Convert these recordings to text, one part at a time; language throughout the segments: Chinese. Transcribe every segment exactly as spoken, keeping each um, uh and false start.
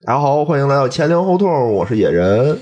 大家好，欢迎来到前粮后痛，我是野人。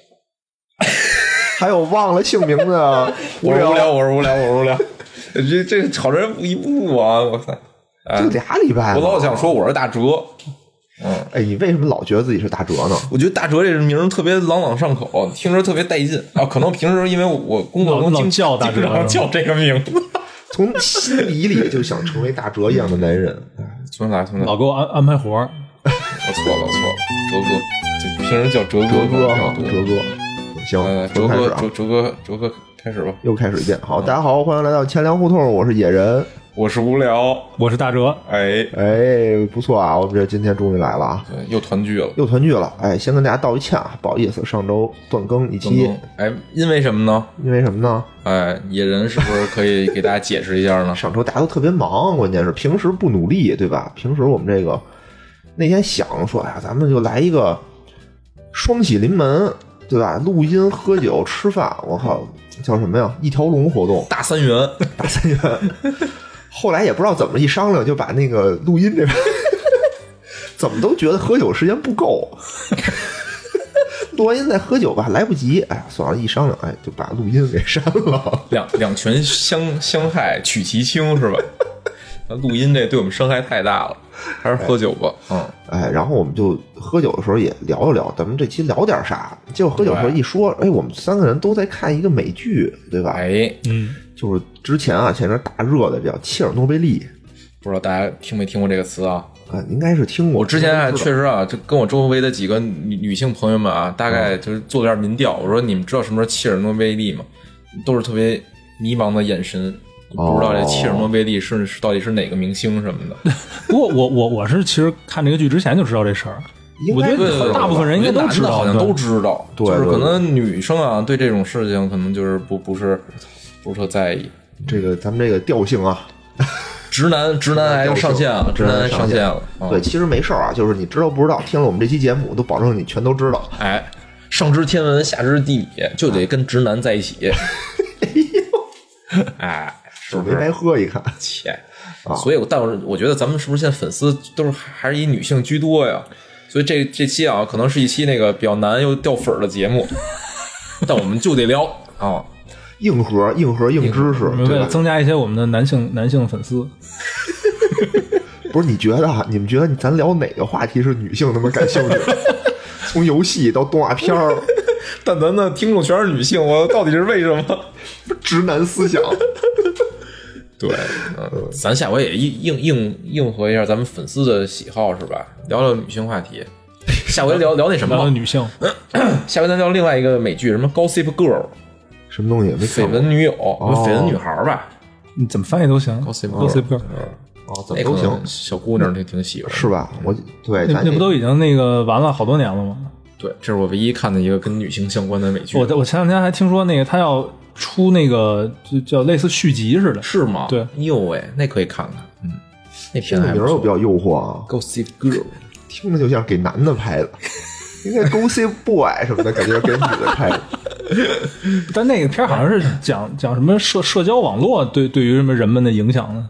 还有忘了姓名的我是无聊，我是无聊，我是无聊。这这好人一步啊！我操， 就俩礼拜， 我老想说我是大哲。嗯， 哎，你为什么老觉得自己是大哲呢？ 我觉得大哲这名儿特别朗朗上口，听着特别带劲啊！可能平时因为我工作中经叫大哲， 叫这个名字， 从心底里就想成为大哲一样的男人。 从哪从哪？ 老给我安安排活儿。 我错了，我错了，哲哥，这平时叫哲哥， 哲哥， 哲哥，行， 呃，哲哥，哲哲哥，哲哥，开始吧， 又开始一遍。好，大家好，欢迎来到前粮胡同，我是野人， 我是无聊， 我是大哲。 哎哎，不错啊，我们这今天终于来了啊， 对，又团聚了， 又团聚了。哎，先跟大家道一歉啊，不好意思，上周断更一期。 哎，因为什么呢？ 因为什么呢？ 哎，野人是不是可以给大家解释一下呢？ 上周大家都特别忙，关键是平时不努力，对吧？平时我们这个。那天想说，哎呀，咱们就来一个双喜临门，对吧？录音、喝酒、吃饭，我靠，叫什么呀？一条龙活动， 大三元， 大三元。后来也不知道怎么一商量，就把那个录音这边，怎么都觉得喝酒时间不够，录完音再喝酒吧，来不及。哎呀，算了，一商量，哎，就把录音给删了。 两两权相相害，取其轻，是吧？录音这对我们伤害太大了，还是喝酒吧。嗯， 哎，然后我们就喝酒的时候也聊一聊，咱们这期聊点啥？结果喝酒的时候一说，哎，我们三个人都在看一个美剧，对吧？ 哎， 嗯， 就是之前啊，前阵大热的叫《切尔诺贝利》， 不知道大家听没听过这个词啊？ 啊，应该是听过。 我之前还确实啊，就跟我周围的几个女女性朋友们啊，大概就是做了点民调，我说你们知道什么是切尔诺贝利吗？都是特别迷茫的眼神。不知道这切尔诺贝利是是到底是哪个明星什么的。 不过我我我是其实看这个剧之前就知道这事儿，我觉得大部分人应该都知道， 好像都知道。 对， 就是可能女生啊对这种事情可能就是不不是不是特在意。 这个咱们这个调性啊， 直男直男癌上线了，直男癌上线了。 对，其实没事啊，就是你知道不知道，听了我们这期节目，都保证你全都知道。 哎，上知天文下知地理，就得跟直男在一起。哎。 是没白喝一看， 切啊！所以我，但我我觉得咱们是不是现在粉丝都是还是以女性居多呀？所以这这期啊，可能是一期那个比较难又掉粉的节目，但我们就得聊啊， 硬核硬核硬知识， 为了增加一些我们的男性男性粉丝。 不是你觉得啊？你们觉得咱聊哪个话题是女性那么感兴趣？从游戏到动画片儿， 但咱的听众全是女性，我到底是为什么？ 直男思想。 对，嗯，咱下回也应应应应和一下咱们粉丝的喜好，是吧？聊聊女性话题。下回聊聊那什么？ 聊女性。 下回咱聊另外一个美剧，什么《Gossip Girl》， 什么东西？没绯闻女友，绯闻女孩吧？ 你怎么翻译都行。 Gossip Girl， 哦，怎么都行。 小姑娘挺挺喜欢， 是吧？我对， 那不都已经那个完了好多年了吗？ 对，这是我唯一看的一个跟女性相关的美剧。 我我前两天还听说那个他要。出那个就叫类似续集似的， 是吗？ 对， 哟喂，那可以看看。嗯，那片子名儿又比较诱惑啊 ，Gossip Girl， 听着就像给男的拍的，应该 Gossip Boy 什么的，感觉给女的拍的。 但那个片好像是讲讲什么社社交网络对对于什么人们的影响呢？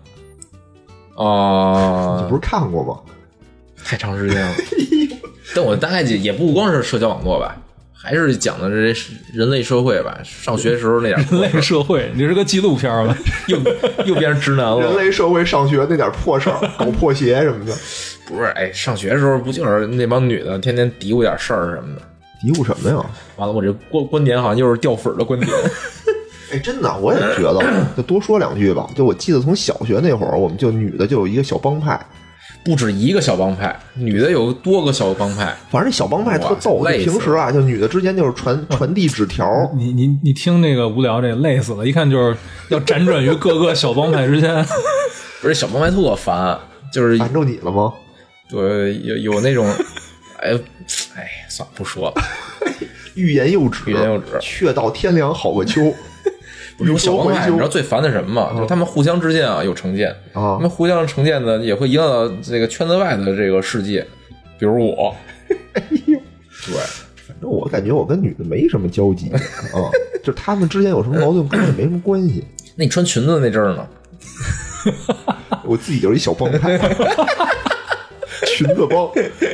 啊， 你不是看过吗？ 太长时间了。但我大概也不光是社交网络吧。还是讲的这人类社会吧，上学时候那点人类社会，你这是个纪录片吧？ 又又变成直男了。 人类社会上学那点破事儿，搞破鞋什么的。 不是，哎，上学的时候不就是那帮女的天天嘀咕点事儿什么的？ 嘀咕什么呀？ 完了，我这观观点好像又是掉粉的观点。 哎，真的，我也觉得，就多说两句吧。就我记得从小学那会儿，我们就女的就有一个小帮派。 不止一个小帮派，女的有多个小帮派， 反正那小帮派特逗。就平时啊，就女的之间就是传传递纸条。 你你你听那个无聊，这累死了，一看就是要辗转于各个小帮派之间。 不是小帮派特烦，就是烦着你了吗？ 对，有有那种，哎哎，算了，不说了。 欲言又止， 欲言又止， 却道天凉好个秋。 不是小帮派，你知道最烦的什么吗？ 嗯、 就是他们互相之间啊有成见， 啊、 他们互相成见呢也会影响到这个圈子外的这个世界，比如我。 哎呦， 对， 反正我感觉我跟女的没什么交集啊，就他们之间有什么矛盾跟我没什么关系。 那你穿裙子那阵儿呢？ 我自己就是一小帮派。 裙子帮，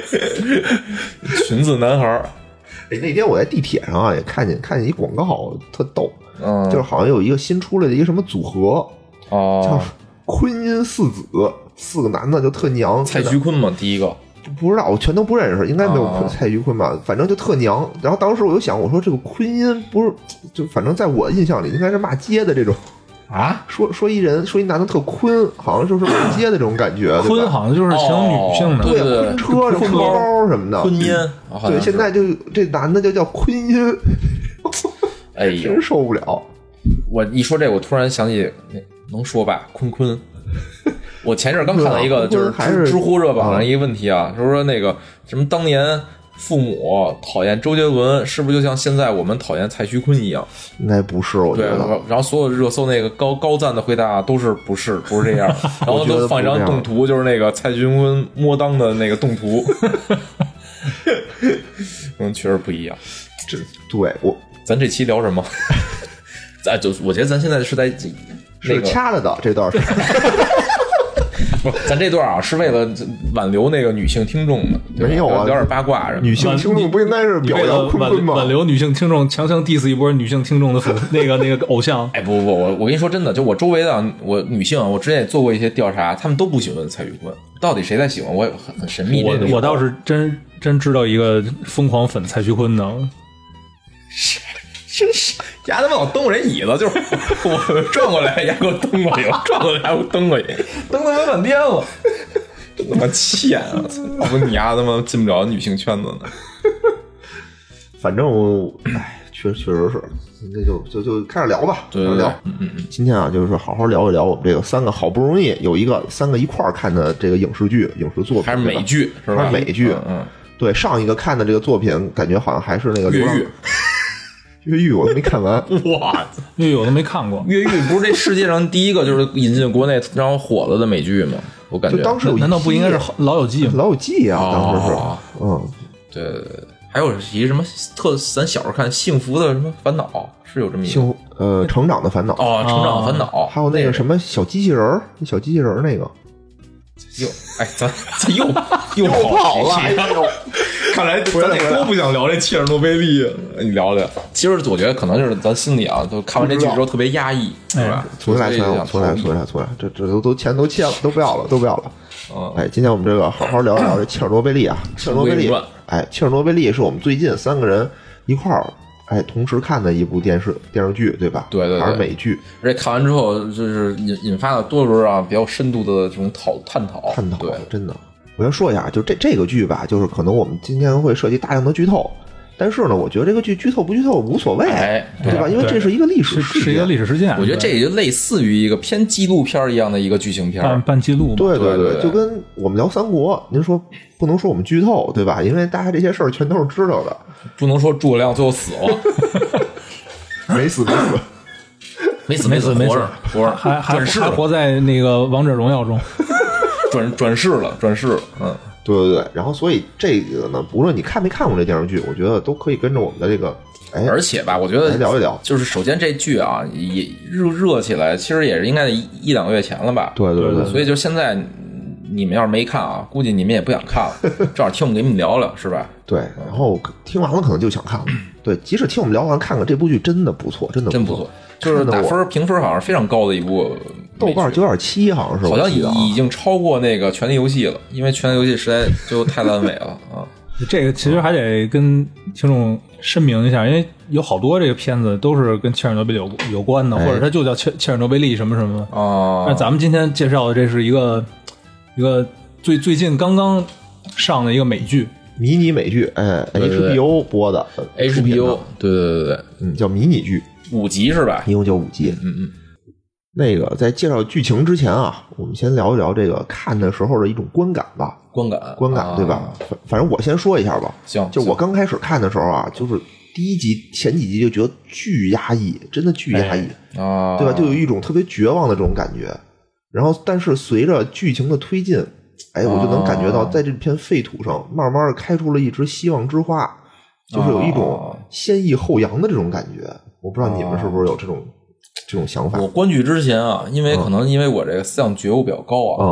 裙子男孩儿。 哎，那天我在地铁上啊，也看见看见一广告，特逗， 嗯， 就是好像有一个新出来的一个什么组合， 哦， 叫昆音四子，四个男的就特娘。 蔡徐坤嘛，第一个不知道，我全都不认识，应该没有哦蔡徐坤吧，反正就特娘。然后当时我就想，我说这个昆音不是，就反正在我印象里应该是骂街的这种。 啊， 说说一人说一男的特坤，好像就是骂街的这种感觉。 坤好像就是形容女性的， 哦对对坤车、坤包什么的， 坤音。 对，现在就这男的就叫坤音， 哎呦， 真受不了。 我一说这，我突然想起，能说吧？坤坤，我前阵刚看了一个，就是知知乎热榜上一个问题啊，就是说那个什么当年父母讨厌周杰伦，是不是就像现在我们讨厌蔡徐坤一样？ 应该不是，我觉对， 得。 然后所有热搜那个高高赞的回答都是不是不是这样，然后都放一张动图，就是那个蔡徐坤摸裆的那个动图，嗯，确实不一样。 这对我， 咱这期聊什么？咱就我觉得咱现在是在那个是掐了的这段是。 不，咱这段啊是为了挽留那个女性听众的， 没有啊， 聊点八卦。 女性听众不应该是表扬坤坤吗？ 挽留女性听众，强行 diss 一波女性听众的粉那个那个偶像。 哎，不不不，我我跟你说真的，就我周围的我女性，我之前也做过一些调查，她们都不喜欢蔡徐坤，到底谁在喜欢我也很很神秘。 我我倒是真真知道一个疯狂粉蔡徐坤的。 真是，丫他妈老蹬我这椅子，就是我转过来，丫给我蹬过去，我转过来，丫给我蹬过去，蹬他妈半天了，真他妈欠啊！要不你丫他妈进不了女性圈子呢？ 反正我，哎，确确实是，那就就就开始聊吧， 对对对， 聊。 嗯嗯嗯。 今天啊，就是好好聊一聊我们这个三个好不容易有一个三个一块儿看的这个影视剧、影视作品， 还是美剧是吧？ 还是美剧， 嗯，嗯对，上一个看的这个作品，感觉好像还是那个越狱。 越狱我都没看完， 哇， 越狱我都没看过。 越狱不是这世界上第一个就是引进国内然后火了的美剧吗？我感觉就当时有一难道不应该是《老友记》吗？ 老友记啊， 哦当时是，嗯， 对对对，还有一什么特咱小时候看《幸福的什么烦恼》，是有这么一个幸福呃成长的烦恼， 哦，成长的烦恼， 还有那个什么小机器人儿，小机器人儿那个， 又哎，咱咱又又又跑了， 哎呦！看来咱俩都不想聊这切尔诺贝利，你聊聊。其实我觉得可能就是咱心里啊，都看完这剧之后特别压抑，是吧？ 重新来，重新来，重新来，重新来，重新来，这这都都钱都欠了，都不要了，都不要了。 嗯， 哎，今天我们这个好好聊一聊这切尔诺贝利啊，切尔诺贝利，哎，切尔诺贝利是我们最近三个人一块儿哎同时看的一部电视电视剧，对吧？ 对对对， 还是美剧。 而且看完之后，就是引引发了多轮啊比较深度的这种讨探讨， 探讨， 对， 真的。我先说一下，就这这个剧吧，就是可能我们今天会涉及大量的剧透，但是呢，我觉得这个剧剧透不剧透无所谓， 哎、 对吧？因为这是一个历史事件， 是一个历史事件。 我觉得这也就类似于一个偏纪录片一样的一个剧情片， 半半记录。 对对对对， 就跟我们聊三国，您说不能说我们剧透，对吧？因为大家这些事儿全都是知道的， 不能说诸葛亮最后死了， 没死没死。 没死没死没死， 活着， 还还转世还活在那个王者荣耀中， 转转世了，转世了，嗯， 对对对。然后所以这个呢，不论你看没看过这电视剧，我觉得都可以跟着我们的这个，哎， 而且吧，我觉得来聊一聊。 就是首先这剧啊，也热热起来，其实也是应该一一两个月前了吧？ 对对对。 所以就现在你们要是没看啊，估计你们也不想看了，正好听我们给你们聊聊，是吧？ 对，然后听完了可能就想看了。对，即使听我们聊完，看看这部剧真的不错，真的不真不错。就是打分评分好像非常高的一部， 豆瓣九点七，好像是， 好像已已经超过那个《权力游戏》了，因为《权力游戏》实在就太烂尾了啊。 这个其实还得跟听众申明一下，因为有好多这个片子都是跟切尔诺贝利有有关的， 哎、 或者它就叫切切尔诺贝利什么什么的啊。 那咱们今天介绍的这是一个一个最最近刚刚上的一个美剧， 迷你美剧，哎 ，H B O 播的 ，H B O， 对对对对， 嗯，叫迷你剧。 五集是吧？ 一共就五集。 嗯嗯。 那个在介绍剧情之前啊，我们先聊一聊这个看的时候的一种观感吧。 观感， 观感，对吧？反、啊、反正我先说一下吧。 行。 就我刚开始看的时候啊，就是第一集前几集就觉得巨压抑，真的巨压抑、 哎、啊， 对吧？就有一种特别绝望的这种感觉。然后，但是随着剧情的推进，哎，我就能感觉到在这片废土上慢慢的开出了一枝希望之花，就是有一种先抑后扬的这种感觉。我不知道你们是不是有这种、哦、这种想法。 我观剧之前啊，因为可能因为我这个思想觉悟比较高啊， 嗯、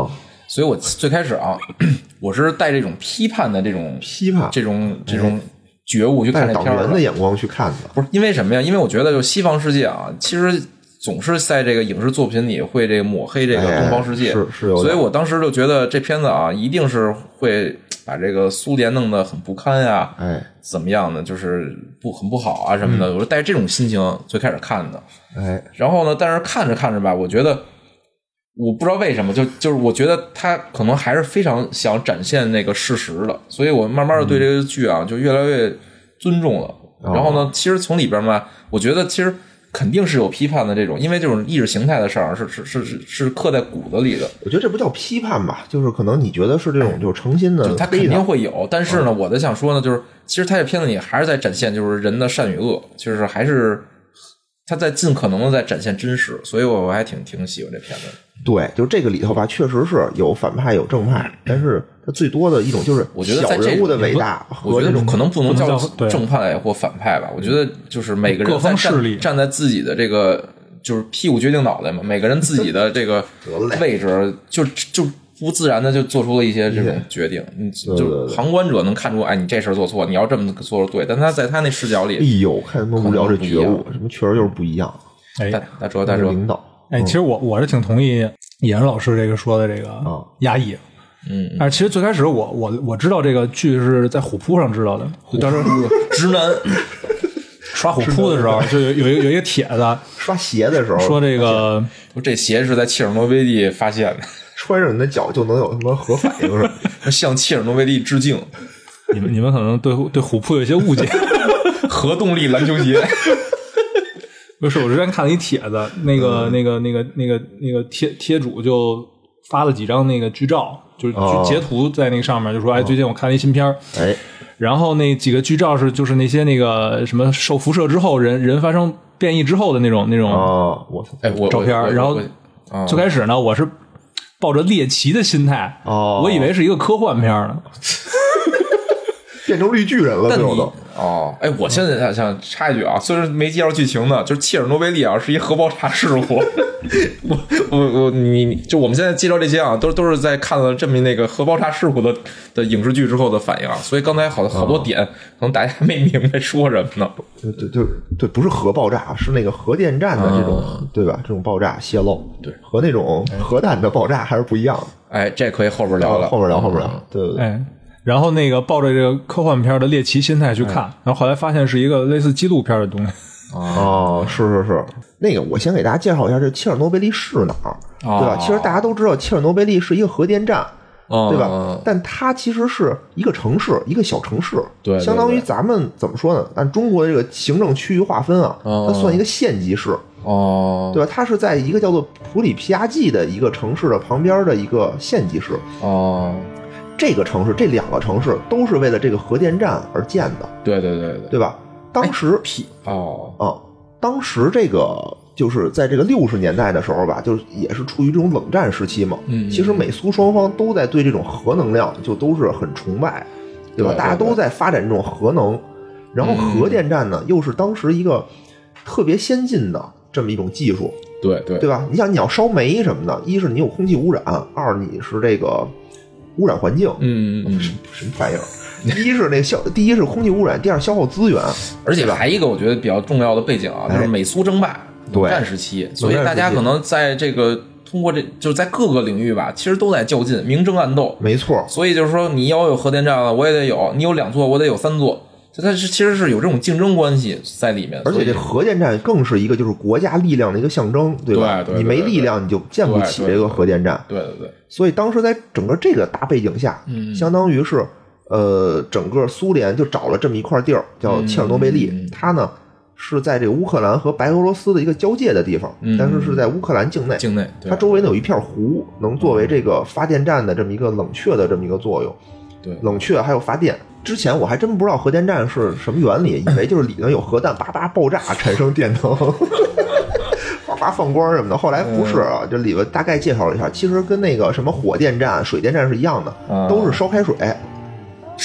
所以我最开始啊，我是带这种批判的这种批判这种这种觉悟去看这带片儿的， 党员的眼光去看的， 不是因为什么呀？因为我觉得就西方世界啊，其实总是在这个影视作品里会这个抹黑这个东方世界， 哎、是是有， 所以我当时就觉得这片子啊，一定是会把这个苏联弄得很不堪呀， 哎， 怎么样呢？就是不很不好啊什么的。嗯、我是带着这种心情最开始看的， 哎， 然后呢，但是看着看着吧，我觉得。我不知道为什么，就就是我觉得他可能还是非常想展现那个事实的，所以我慢慢的对这个剧啊、嗯、就越来越尊重了。 哦、 然后呢，其实从里边嘛，我觉得其实肯定是有批判的这种，因为这种意识形态的事儿是是是是是刻在骨子里的。 我觉得这不叫批判吧，就是可能你觉得是这种就是诚心的， 他肯定会有，但是呢，我的想说呢，就是其实他这片子里还是在展现就是人的善与恶，就是还是他在尽可能的在展现真实，所以我还挺挺喜欢这片子的。 对，就这个里头吧，确实是有反派有正派，但是它最多的一种就是小人物的伟大和这种可能不能叫正派或反派吧。我觉得就是每个人各方势力站在自己的这个就是屁股决定脑袋嘛，每个人自己的这个位置就就不自然的就做出了一些这种决定。你就旁观者能看出，哎，你这事儿做错，你要这么做是对，但他在他那视角里， 哎呦，看他们无聊这觉悟，什么确实就是不一样。 哎， 大哲大哲领导。 哎，其实我我是挺同意野人老师这个说的这个压抑， 嗯， 但是其实最开始我我我知道这个剧是在虎扑上知道的，当时直男刷虎扑的时候，就有有一个有一个帖子， 刷鞋的时候说这个这鞋是在切尔诺贝利发现的， 穿上你的脚就能有什么核反应是吧？ 向切尔诺贝利致敬。 你们你们可能对对虎扑有些误解， 核动力篮球鞋。 不是，我之前看了一帖子，那个、嗯、那个、那个、那个、那个贴贴主就发了几张那个剧照，就是截图在那个上面，就说：“哎，最近我看了一新片儿。” 哎， 然后那几个剧照是就是那些那个什么受辐射之后人人发生变异之后的那种那种哦，我哎我照片，然后最开始呢，我是抱着猎奇的心态， 哦， 我以为是一个科幻片呢， 变成绿巨人了，最后都。 哦，哎，我现在想插一句啊，虽然没介绍剧情呢，就是切尔诺贝利啊是一核爆炸事故。我我我你就我们现在介绍这些啊，都都是在看了这么那个核爆炸事故的的影视剧之后的反应啊，所以刚才好好多点、哦、可能大家还没明白说什么呢。 对对对对，不是核爆炸，是那个核电站的这种、嗯、对吧？这种爆炸泄漏， 对， 和那种核弹的爆炸还是不一样的。 哎，这可以后边聊了， 后边聊后边聊，对对对。 哎然后那个抱着这个科幻片的猎奇心态去看、哎、然后后来发现是一个类似纪录片的东西。 哦，是是是，那个我先给大家介绍一下这切尔诺贝利是哪儿、哦、对吧？其实大家都知道切尔诺贝利是一个核电站、哦、对吧、哦、但它其实是一个城市，一个小城市， 对, 对, 对， 相当于咱们怎么说呢，按中国的这个行政区域划分啊、哦、它算一个县级市， 哦， 对吧？它是在一个叫做普里皮亚季的一个城市的旁边的一个县级市。 哦， 这个城市，这两个城市都是为了这个核电站而建的。 对对对对， 对吧？当时哦啊、嗯，当时这个就是在这个六十年代的时候吧，就是也是处于这种冷战时期嘛。 嗯， 其实美苏双方都在对这种核能量就都是很崇拜，对吧？ 对对对， 大家都在发展这种核能，然后核电站呢、嗯、又是当时一个特别先进的这么一种技术。 对对， 对吧？你想你要烧煤什么的，一是你有空气污染，二你是这个。污染环境， 嗯嗯， 什么什么玩意儿？第一是那消，第一是空气污染，第二消耗资源， 而且还一个我觉得比较重要的背景啊，就是美苏争霸冷战时期，所以大家可能在这个通过这就是在各个领域吧，其实都在较劲，明争暗斗， 没错。 所以就是说，你要有核电站了，我也得有；你有两座，我得有三座。它是其实是有这种竞争关系在里面， 而且这核电站更是一个就是国家力量的一个象征，对吧？ 对对对对， 你没力量你就建不起这个核电站。 对对 对, 对。 所以当时在整个这个大背景下， 嗯， 相当于是呃，整个苏联就找了这么一块地儿，叫切尔诺贝利。 嗯、 它呢是在这个乌克兰和白俄罗斯的一个交界的地方， 嗯、 但是是在乌克兰境内。 境内， 它周围呢有一片湖，能作为这个发电站的这么一个冷却的这么一个作用。 对， 冷却还有发电。之前我还真不知道核电站是什么原理，以为就是里头有核弹叭叭爆炸产生电能，叭叭放光什么的。后来不是啊，这里边大概介绍了一下，其实跟那个什么火电站、水电站是一样的，都是烧开水。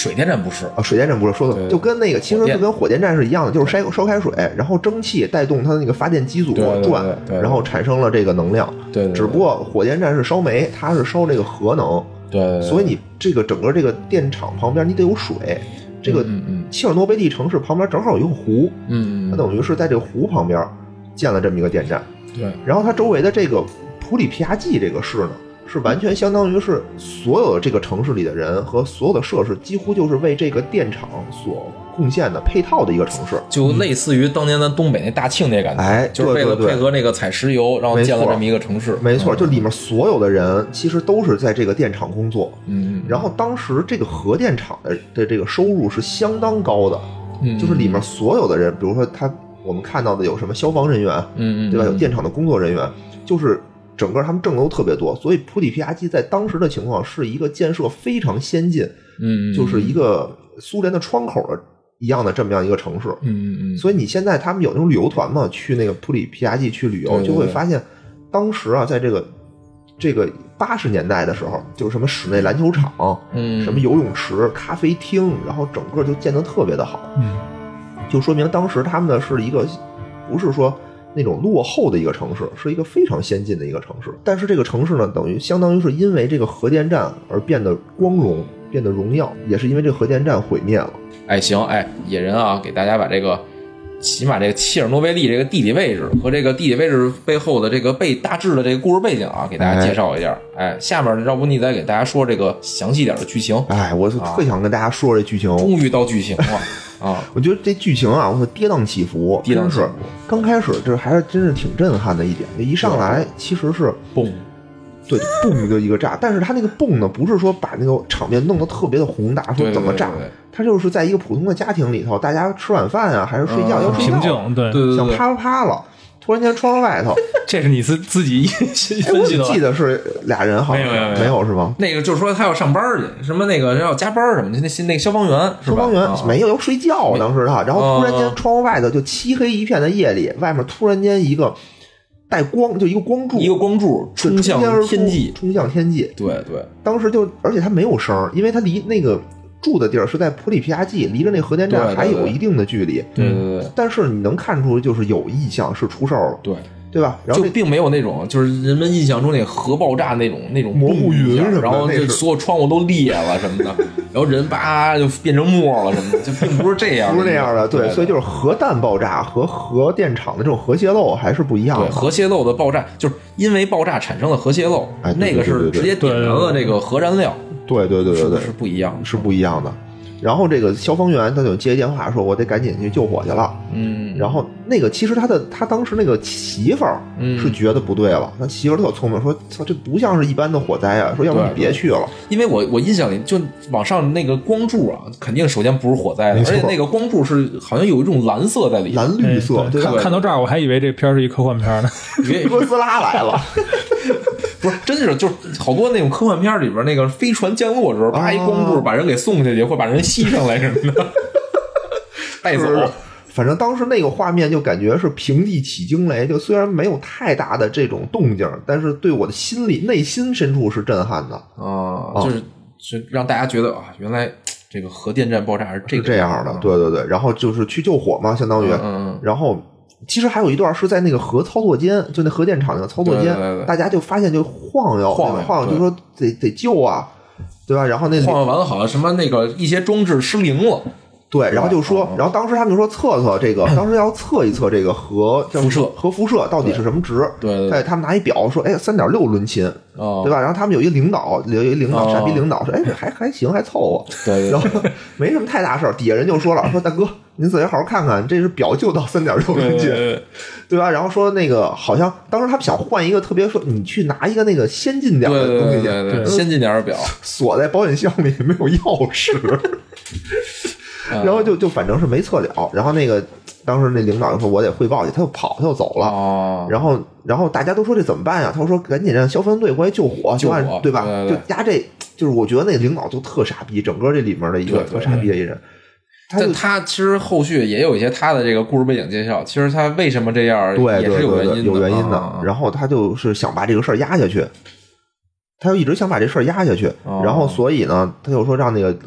水电站不是啊，水电站不是说的，就跟那个其实是跟火电站是一样的，就是烧烧开水，然后蒸汽带动它那个发电机组转， 对对对对然后产生了这个能量。 对对对， 只不过火电站是烧煤，它是烧这个核能。 对对对， 所以你这个整个这个电厂旁边你得有水。这个切尔诺贝利城市旁边正好有一个湖， 嗯， 它等于是在这个湖旁边建了这么一个电站。 对， 然后它周围的这个普里皮亚季这个市呢，是完全相当于是所有的这个城市里的人和所有的设施，几乎就是为这个电厂所贡献的配套的一个城市， 就类似于当年咱东北那大庆那感觉， 哎， 就是为了配合那个采石油，然后建了这么一个城市。 没错，就里面所有的人其实都是在这个电厂工作。 嗯， 然后当时这个核电厂的的这个收入是相当高的， 嗯， 就是里面所有的人，比如说他我们看到的有什么消防人员， 嗯嗯， 对吧？有电厂的工作人员，就是整个他们挣的都特别多，所以普里皮亚季在当时的情况是一个建设非常先进， 嗯， 就是一个苏联的窗口的一样的这么样一个城市。 嗯嗯， 所以你现在他们有那种旅游团嘛，去那个普里皮亚季去旅游，就会发现当时啊，在这个这个八十年代的时候，就是什么室内篮球场， 嗯， 什么游泳池、咖啡厅，然后整个就建得特别的好。 嗯， 就说明当时他们的是一个不是说那种落后的一个城市，是一个非常先进的一个城市。但是这个城市呢，等于相当于是因为这个核电站而变得光荣，变得荣耀，也是因为这个核电站毁灭了。 哎，行，哎，野人啊，给大家把这个起码这个切尔诺贝利这个地理位置和这个地理位置背后的这个背大致的这个故事背景啊，给大家介绍一下。哎，哎下面要不你再给大家说这个详细点的剧情？ 哎，我特想跟大家说这剧情。 终于到剧情了啊！ 我觉得这剧情啊，我说跌宕起伏， 跌宕起伏。 刚开始这还是真是挺震撼的一点，一上来其实是嘣。 对，嘣就一个炸，但是他那个嘣呢，不是说把那个场面弄得特别的宏大，说怎么炸，他就是在一个普通的家庭里头，大家吃晚饭啊，还是睡觉， 嗯、 要睡觉， 平静，对， 对想啪啪啪了，突然间窗户外头， 这是你自自己分析的， 我记得是俩人，好像没有没有是吗？ 那个就是说他要上班去，什么那个要加班什么的，那那个消防员是吧？ 消防员、 啊、 没有要睡觉，当时他，然后突然间窗户外头就漆黑一片的夜里，外面突然间一个。带光就一个光柱， 一个光柱冲向天际， 冲向天际。 对对， 当时就，而且它没有声，因为它离那个住的地儿是在普里皮亚季，离着那核电站还有一定的距离。 对对对。 但是你能看出，就是有异象，是出事儿了。 对。 对吧？然后就并没有那种就是人们印象中那个核爆炸那种那种蘑菇云什么的， 然后就所有窗户都裂了什么的，然后人叭就变成沫了什么的，就并不是这样， 不是那样的。对，所以就是核弹爆炸和核电厂的这种核泄漏还是不一样的。 对，核泄漏的爆炸就是因为爆炸产生了核泄漏， 哎， 那个是直接点燃了这个核燃料。 对对对对对， 是不一样的， 是不一样的。然后这个消防员他就接电话说：“我得赶紧去救火去了。” 嗯， 然后那个其实他的他当时那个媳妇儿是觉得不对了，他媳妇儿特聪明，说：“操，这不像是一般的火灾啊！说要不你别去了。” 因为我我印象里就往上那个光柱啊，肯定首先不是火灾的，而且那个光柱是好像有一种蓝色在里面， 蓝绿色。 对， 对看看到这儿我还以为这片是一科幻片呢， 哥斯拉来了。 不是，真是就是好多那种科幻片里边那个飞船降落的时候，啪一光柱把人给送下去，或把人吸上来什么的，带走。 反正当时那个画面就感觉是平地起惊雷，就虽然没有太大的这种动静，但是对我的心里内心深处是震撼的啊，就是是让大家觉得啊，原来这个核电站爆炸是这个是这样的，对对对，然后就是去救火嘛，相当于， 嗯嗯， 然后。其实还有一段是在那个核操作间，就那核电厂那个操作间， 对对对大家就发现就晃悠晃悠晃悠，就说得得救啊，对吧？然后那晃悠完了，好像什么那个一些装置失灵了， 对，然后就说，然后当时他们就说测测这个，当时要测一测这个核辐射， 核辐射到底是什么值？ 对， 对，他们拿一表说，哎，三点六伦琴， 哦， 对吧？然后他们有一领导，有一领导，傻逼领导说，哎，这还还行，还凑合， 对， 然后没什么太大事儿。底下人就说了，说大哥，您自己好好看看，这是表就到三点六伦琴，对吧？然后说那个好像当时他们想换一个，特别说你去拿一个那个先进点的东西去， 对对对，先进点的表， 锁在保险箱里没有钥匙。然后就就反正是没测了，然后那个当时那领导就说我得汇报去，他就跑他就走了， 哦， 然后然后大家都说这怎么办呀？他说赶紧让消防队过来救火， 救火对吧？ 对对对就压这就是我觉得那领导就特傻逼，整个这里面的一个特傻逼的一人。 但他其实后续也有一些他的这个故事背景介绍，其实他为什么这样对也是有原因的， 有原因的。 啊、 然后他就是想把这个事儿压下去，他就一直想把这事儿压下去， 哦、 然后所以呢，他就说让那个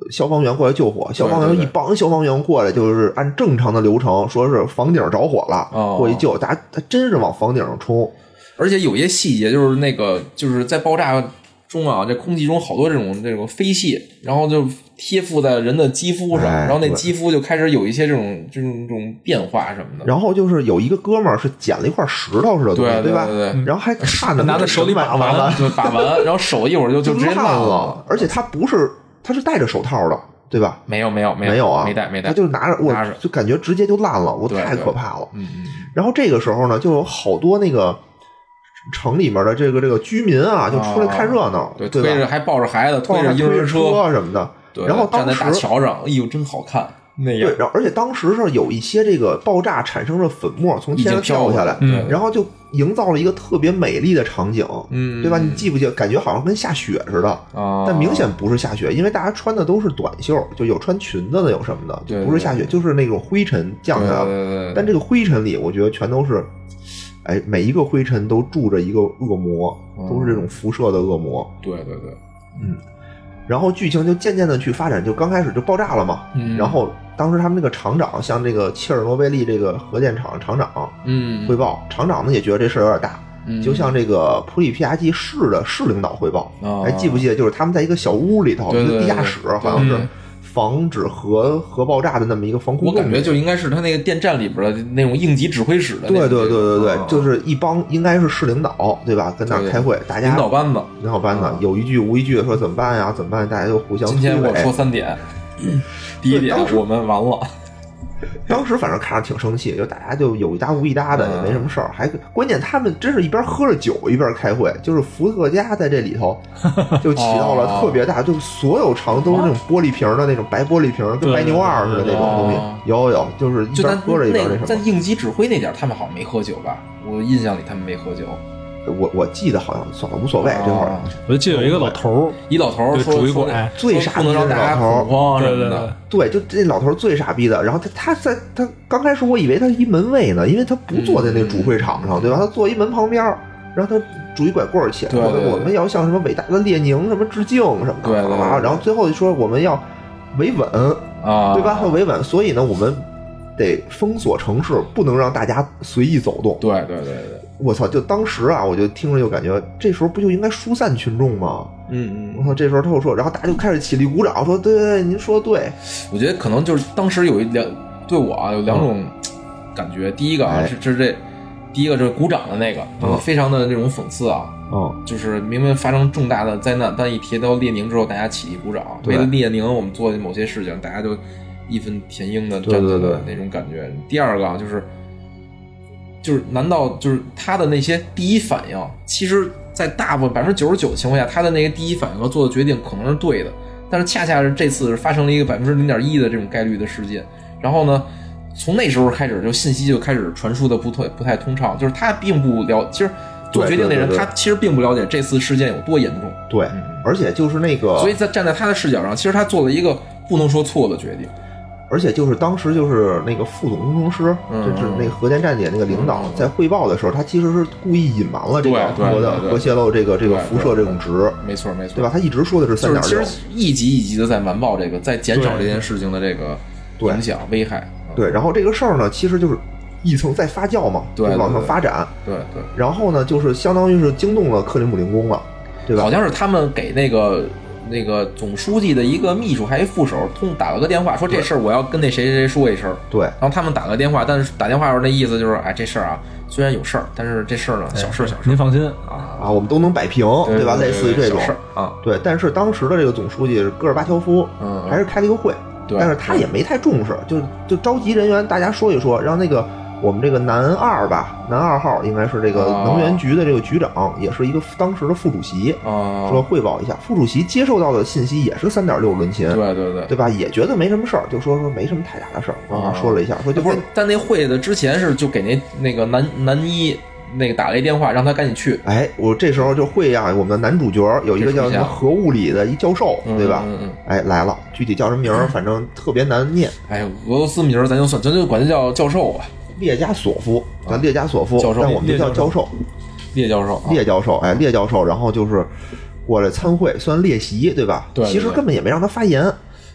消防员过来救火，消防员一帮消防员过来，就是按正常的流程，说是房顶着火了， 哦、 过去救，大家他真是往房顶上冲。 而且有些细节就是那个就是在爆炸中啊，这空气中好多这种这种飞屑，然后就贴附在人的肌肤上， 哎、 然后那肌肤就开始有一些这种这种这种变化什么的。 然后就是有一个哥们儿是捡了一块石头似的东西， 对吧？ 对对对， 然后还看着拿在手里把玩， 就把玩，然后手一会儿就就直接烂了，而且他不是他是戴着手套的。对吧？ 没有没有没有没有啊， 没戴没戴， 他就拿着，我就感觉直接就烂了，我对太可怕了。 嗯嗯。 然后这个时候呢，就有好多那个城里面的这个这个居民啊，就出来看热闹， 对， 对推着还抱着孩子，推着婴儿车什么的。 对， 然后当时站在大桥上，哎呦，真好看。那样对，然后而且当时是有一些这个爆炸产生的粉末从天上掉下来， 嗯、 然后就营造了一个特别美丽的场景， 嗯， 对吧？你记不记得？感觉好像跟下雪似的， 啊， 但明显不是下雪，因为大家穿的都是短袖，就有穿裙子的，有什么的， 对对对， 不是下雪，就是那种灰尘降下来了。 对对对对， 但这个灰尘里，我觉得全都是，哎，每一个灰尘都住着一个恶魔， 嗯、 都是这种辐射的恶魔。 对对对， 嗯。然后剧情就渐渐的去发展，就刚开始就爆炸了嘛。 嗯。 然后当时他们那个厂长向这个切尔诺贝利这个核电厂厂长嗯汇报，厂长呢也觉得这事儿有点大， 嗯、 就向这个普里皮亚季市的市领导汇报。 哦、 还记不记得？就是他们在一个小屋里头， 对对对对一个地下室，好像是防止核核爆炸的那么一个防空洞。 我感觉就应该是他那个电站里边的那种应急指挥室的。 对对对对对， 哦、 就是一帮应该是市领导对吧？跟那儿开会，大家领导班子， 领导班子、嗯、有一句无一句的说怎么办呀？怎么办？大家就互相。 今天我说三点，第一点我们完了。 当时反正看着挺生气，就大家就有一搭无一搭的，也没什么事儿。还关键他们真是一边喝着酒一边开会，就是伏特加在这里头就起到了特别大，就所有场都是那种玻璃瓶的那种白玻璃瓶，跟白牛二似的那种东西。有有，就是一边喝着一边那什么。 在应急指挥那点，他们好像没喝酒吧？我印象里他们没喝酒。 我我记得好像算了，无所谓。这会儿我就记得有一个老头儿， 一老头儿说拄一拐， 最傻逼的老头儿，对对对， 对，就这老头儿最傻逼的。然后他他在他刚开始我以为他是一门卫呢，因为他不坐在那主会场上，对吧？他坐一门旁边，然后他拄一拐棍儿起来，说我们要向什么伟大的列宁什么致敬什么的， 对对。 然后最后就说我们要维稳啊， 对吧？要维稳，所以呢，我们得封锁城市，不能让大家随意走动。 对对对对。 我操！就当时啊，我就听着就感觉，这时候不就应该疏散群众吗？ 嗯嗯。 我操！这时候他又说，然后大家就开始起立鼓掌，说：“对对对，您说的对。” 我觉得可能就是当时有一两对我啊有两种感觉。嗯、第一个啊是是这，第一个就是鼓掌的那个，嗯、非常的那种讽刺啊。 嗯， 就是明明发生重大的灾难，但一提到列宁之后，大家起立鼓掌。为了列宁，我们做的某些事情，大家就义愤填膺的站起来那种感觉。第二个啊就是。就是难道就是他的那些第一反应，其实在大部分百分之九十九的情况下，他的那个第一反应和做的决定可能是对的，但是恰恰是这次发生了一个百分之零点一的这种概率的事件。然后呢，从那时候开始，就信息就开始传输的不太不太通畅，就是他并不了，其实做决定那人他其实并不了解这次事件有多严重。 对，嗯、而且就是那个， 所以在站在他的视角上，其实他做了一个不能说错的决定。 而且就是当时就是那个副总工程师， 嗯、 就是那个核电站点那个领导，在汇报的时候，他其实是故意隐瞒了这个核的核泄漏这个这个辐射这种值。 没错没错， 对吧？他一直说的是三点六， 其实一级一级的在瞒报这个，在减少这件事情的这个影响危害。 对，然后这个事儿呢，其实就是一层在发酵嘛， 对， 往上发展。 对对。 然后呢，就是相当于是惊动了克里姆林宫了，对吧？ 好像是他们给那个。那个总书记的一个秘书还一副手通打了个电话，说这事儿我要跟那谁谁说一声。 对， 然后他们打个电话，但是打电话时候那意思就是，哎，这事儿啊虽然有事儿，但是这事儿呢小事小事， 您放心啊啊，我们都能摆平， 对, 对吧？类似于这种事啊， 对。但是当时的这个总书记戈尔巴乔夫， 嗯， 还是开了一个会， 对， 但是他也没太重视，就就召集人员大家说一说，让那个。我们这个南二吧，南二号应该是这个能源局的这个局长，哦、也是一个当时的副主席， 哦、 说汇报一下。副主席接受到的信息也是三点六伦琴， 对对对， 对吧？也觉得没什么事儿，就说说没什么太大的事儿，慢慢说了一下，说就不是。但那会的之前是就给那那个南南一那个打了一电话，让他赶紧去。 哎，我这时候就会啊，我们的男主角有一个叫什么核物理的一教授，对吧？ 嗯嗯。 哎，来了，具体叫什么名儿，反正特别难念。 哎，俄罗斯名儿咱就算，咱就管他叫教授吧。 列加索夫，咱列加索夫， 教授， 但我们就叫教授， 列教授， 列教授，哎，列教授，然后就是过来参会，算列席，对吧？ 对， 其实根本也没让他发言，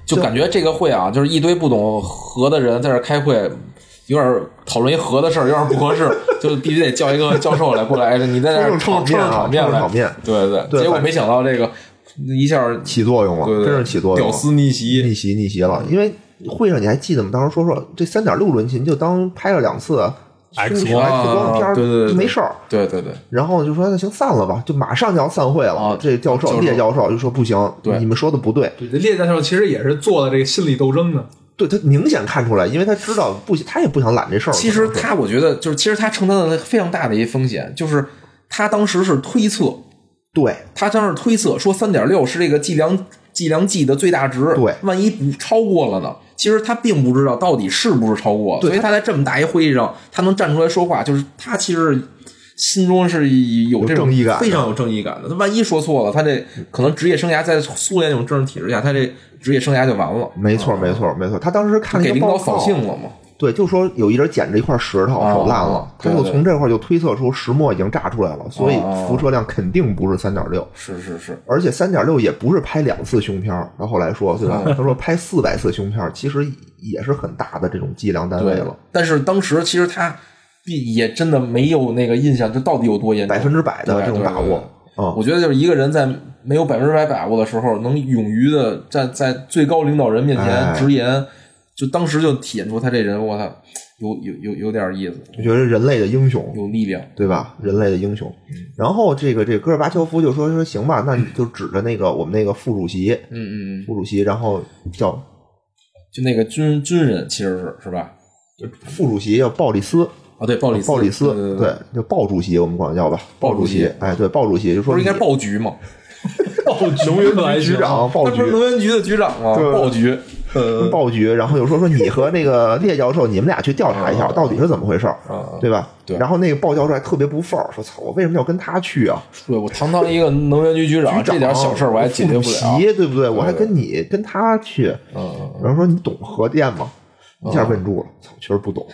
就感觉这个会啊，就是一堆不懂核的人在这开会，有点讨论一核的事儿，有点不合适，就必须得叫一个教授来过来，你在这撑撑场面来， 场面， 对对对。 结果没想到这个一下起作用了， 对对真是起作用了， 屌丝逆袭， 逆袭逆袭了。因为会上你还记得吗？当时说说这三点六伦琴就当拍了两次。 X 光 X 光片， 对对对， 没事儿。 对对对， 然后就说那行散了吧，就马上就要散会了。 啊、 这教授聂教授就说不行， 对你们说的不对。 对，聂教授其实也是做了这个心理斗争的。 对，他明显看出来，因为他知道不，他也不想揽这事儿。 其实他，我觉得就是，其实他承担了非常大的一风险，就是他当时是推测， 对他当时推测说三点六是这个计量计量计的最大值， 对， 万一不超过了呢？其实他并不知道到底是不是超过了，所以他在这么大一会议上，他能站出来说话，就是他其实心中是有这种正义感， 非常有正义感的。他万一说错了，他这可能职业生涯在苏联那种政治体制下，他这职业生涯就完了。 没错，没错，没错。他当时看了一个报告， 给领导扫兴了嘛？ 对，就说有一人捡着一块石头，手烂了， 啊、 他就从这块就推测出石墨已经炸出来了，所以辐射量肯定不是三点六。 是是是， 而且三点六也不是拍两次胸片，他后来说，对吧？他说拍四百次胸片，其实也是很大的这种计量单位了。 但是当时其实他也真的没有那个印象，这到底有多严重， 百分之百的这种把握。 嗯，我觉得就是一个人在没有百分之百把握的时候，能勇于的站在最高领导人面前直言。哎，就当时就体现出他这人，我操，有有有有点意思。 我觉得人类的英雄， 有力量， 对吧？人类的英雄。嗯、然后这个这个戈尔巴乔夫就说说行吧，那你就指着那个我们那个副主席， 嗯嗯嗯， 副主席，然后叫就那个军军人，其实是是吧？ 就副主席叫鲍里斯啊，对，鲍里斯， 鲍里斯， 对对对， 就鲍主席，我们管他叫吧，鲍主席。哎，对，鲍主席就说不是应该鲍局吗？ 鲍局能源局局长，鲍局， 他不是能源局的局长吗？鲍局。 呃，鲍局，然后又说说你和那个聂教授，你们俩去调查一下，到底是怎么回事，对吧？ 对。 然后那个鲍教授还特别不忿儿，说：“操，我为什么要跟他去啊？ 对我堂堂一个能源局局长，这点小事我还解决不了， 对不对？我还跟你跟他去。” 嗯。 然后说：“你懂核电吗？”一下问住了，操，确实不懂。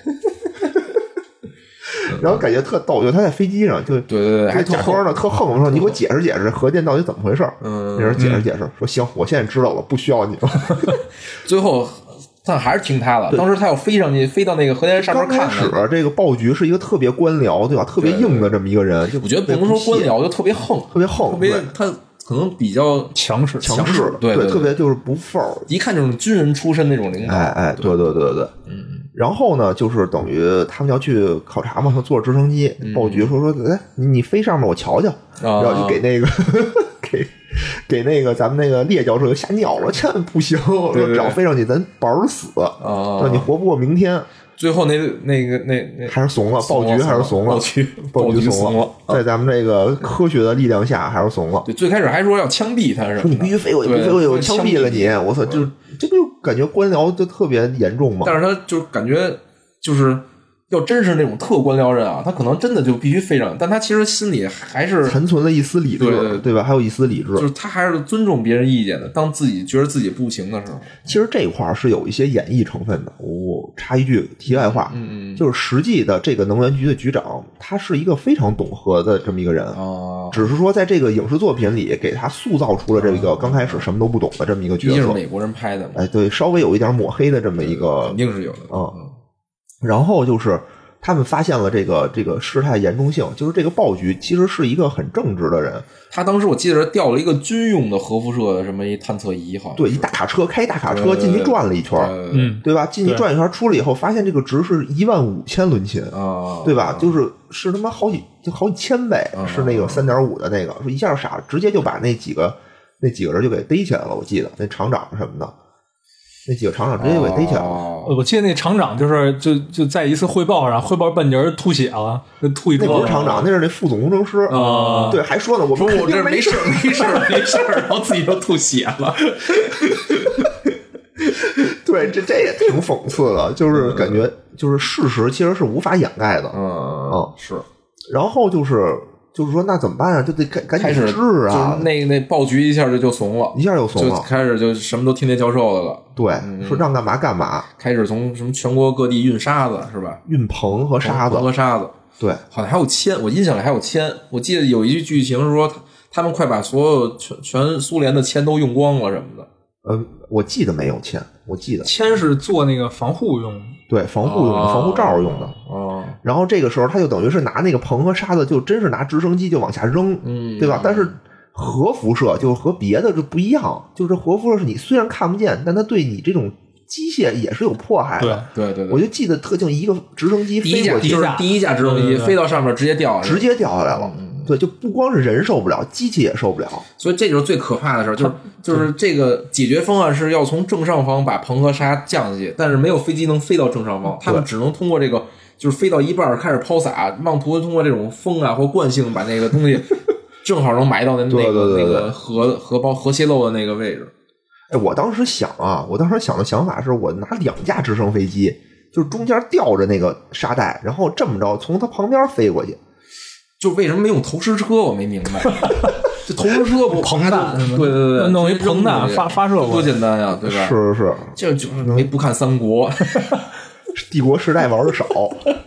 然后感觉特逗，就他在飞机上就对对对，还特慌呢，特横说：“你给我解释解释核电到底怎么回事？” 嗯， 那人解释解释说：“行，我现在知道了，不需要你了。” 最后，但还是听他的。当时他要飞上去，飞到那个核电站上面看。 刚开始这个鲍局是一个特别官僚，对吧？特别硬的这么一个人，就我觉得不能说官僚，就特别横， 特别横， 特别他可能比较强势， 强势， 对对， 特别就是不忿儿。 一看就是军人出身那种领导。 哎哎，对对对对对， 嗯。 然后呢，就是等于他们要去考察嘛，他坐直升机，鲍局说说，哎，你你飞上面我瞧瞧，然后就给那个给给那个咱们那个聂教授就吓尿了，千万不行，说只要飞上去咱保死，说你活不过明天。 最后那那个那那还是怂了，鲍局还是怂了， 鲍局鲍局怂了，在咱们这个科学的力量下还是怂了。 对，最开始还说要枪毙他，是说你必须飞过去，必须飞过去，我枪毙了你！我操，就这不就感觉官僚就特别严重吗？ 但是他就感觉就是要真是那种特官僚人啊，他可能真的就必须飞上，但他其实心里还是残存了一丝理智， 对 对, 对吧？还有一丝理智， 就是他还是尊重别人意见的。当自己觉得自己不行的时候， 其实这块是有一些演绎成分的。我插一句题外话， 嗯嗯， 就是实际的这个能源局的局长，他是一个非常懂核的这么一个人啊， 哦、 只是说在这个影视作品里给他塑造出了这个刚开始什么都不懂的这么一个角色。 毕竟是美国人拍的嘛， 哎，对，稍微有一点抹黑的这么一个， 肯定是有的， 嗯。然后就是他们发现了这个这个事态严重性，就是这个鲍局其实是一个很正直的人。 他当时我记得是调了一个军用的核辐射的什么一探测仪，好像对，一大卡车开一大卡车进去转了一圈， 嗯， 对吧？进去转一圈出来以后，发现这个值是一万五千伦琴啊， 对吧？就是是他妈好几就好几千倍，是那个三点五的那个，说一下傻了，直接就把那几个那几个人就给逮起来了。我记得那厂长什么的。那几个厂长直接给逮起来了。 哦、 我记得那厂长就是就就在一次汇报上，汇报半截吐血了，吐一那不是厂长，那是那副总工程师啊、 嗯。对，还说呢，我们说我这没事没事没事，然后自己就吐血了。 对，这这也挺讽刺的，就是感觉就是事实其实是无法掩盖的。 嗯嗯， 是。 然后就是。就是说，那怎么办啊？就得赶赶紧治啊！ 就是那那鲍局一下就就怂了， 一下就怂了， 就开始就什么都听那教授的了。 对， 嗯、 说让干嘛干嘛。 开始从什么全国各地运沙子是吧？ 运硼和沙子， 硼和沙子。 对， 好像还有铅，我印象里还有铅。我记得有一句剧情是说，他们快把所有全全苏联的铅都用光了什么的。 呃，我记得没有铅，我记得铅是做那个防护用的， 对，防护用的， 哦、 防护罩用的。 哦。 然后这个时候他就等于是拿那个硼和沙子，就真是拿直升机就往下扔， 嗯， 对吧？但是核辐射就和别的就不一样，就是核辐射是你虽然看不见，但它对你这种机械也是有迫害的。 对对对对， 我就记得特清，一个直升机飞过去， 就是第一架直升机飞到上面直接掉下来， 直接掉下来了。对，就不光是人受不了，机器也受不了。 所以这就是最可怕的事儿，就是就是这个解决方案是要从正上方把硼和沙降下去，但是没有飞机能飞到正上方，他们只能通过这个就是飞到一半开始抛洒，妄图通过这种风啊或惯性把那个东西正好能埋到那那个那个核核包核泄漏的那个位置。 哎，我当时想啊，我当时想的想法是我拿两架直升飞机，就是中间吊着那个沙袋，然后这么着从它旁边飞过去。 就为什么没用投石车，我没明白。这投石车不硼弹， 对对对， 弄一硼弹发发射过， 多简单呀，对吧？ 是是是， 这就是没不看三国， 帝国时代玩的少。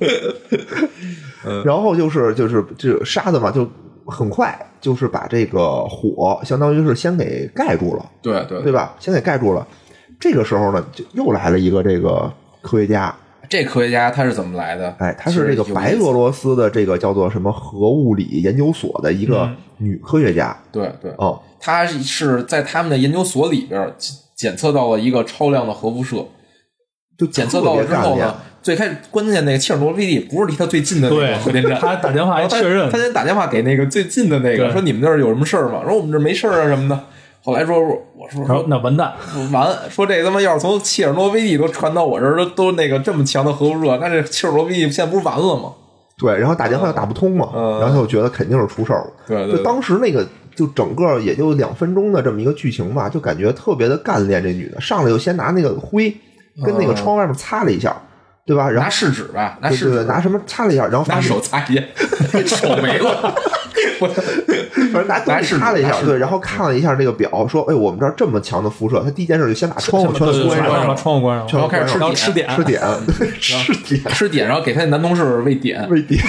然后就是就是这沙子嘛，就很快就是把这个火相当于是先给盖住了， 对对对吧？先给盖住了。这个时候呢，就又来了一个这个科学家。 这科学家他是怎么来的？ 哎，他是这个白俄罗斯的这个叫做什么核物理研究所的一个女科学家。 嗯、对对， 哦， 她是在他们的研究所里边检测到了一个超量的核辐射， 就检测到了之后呢，最开始关键那个切尔诺贝利不是离他最近的那个核电站， 他打电话还确认， 他先打电话给那个最近的那个，说你们那儿有什么事儿吗？说我们这没事儿啊什么的。后来说，我说说那完蛋， 完说这他妈要是从切尔诺贝利都传到我这儿，都都那个这么强的核辐射，那这切尔诺贝利现在不是完了吗？ 对，然后打电话又打不通嘛， 嗯、 然后他就觉得肯定是出事儿了。 对, 对, 对， 就当时那个就整个也就两分钟的这么一个剧情吧，就感觉特别的干练。这女的上来就先拿那个灰跟那个窗外面擦了一下。嗯对吧？然后拿试纸吧，拿试纸， 对对对，拿什么擦了一下，然后拿手擦一下，手没了。 反正拿拿擦了一下，对，然后看了一下这个表，说：“哎，我们这儿这么强的辐射。”他第一件事就先把窗户全都关上， 把窗户关上， 全都开始吃点， 吃点，吃点， 吃点，然后给他男同事喂点， 喂点。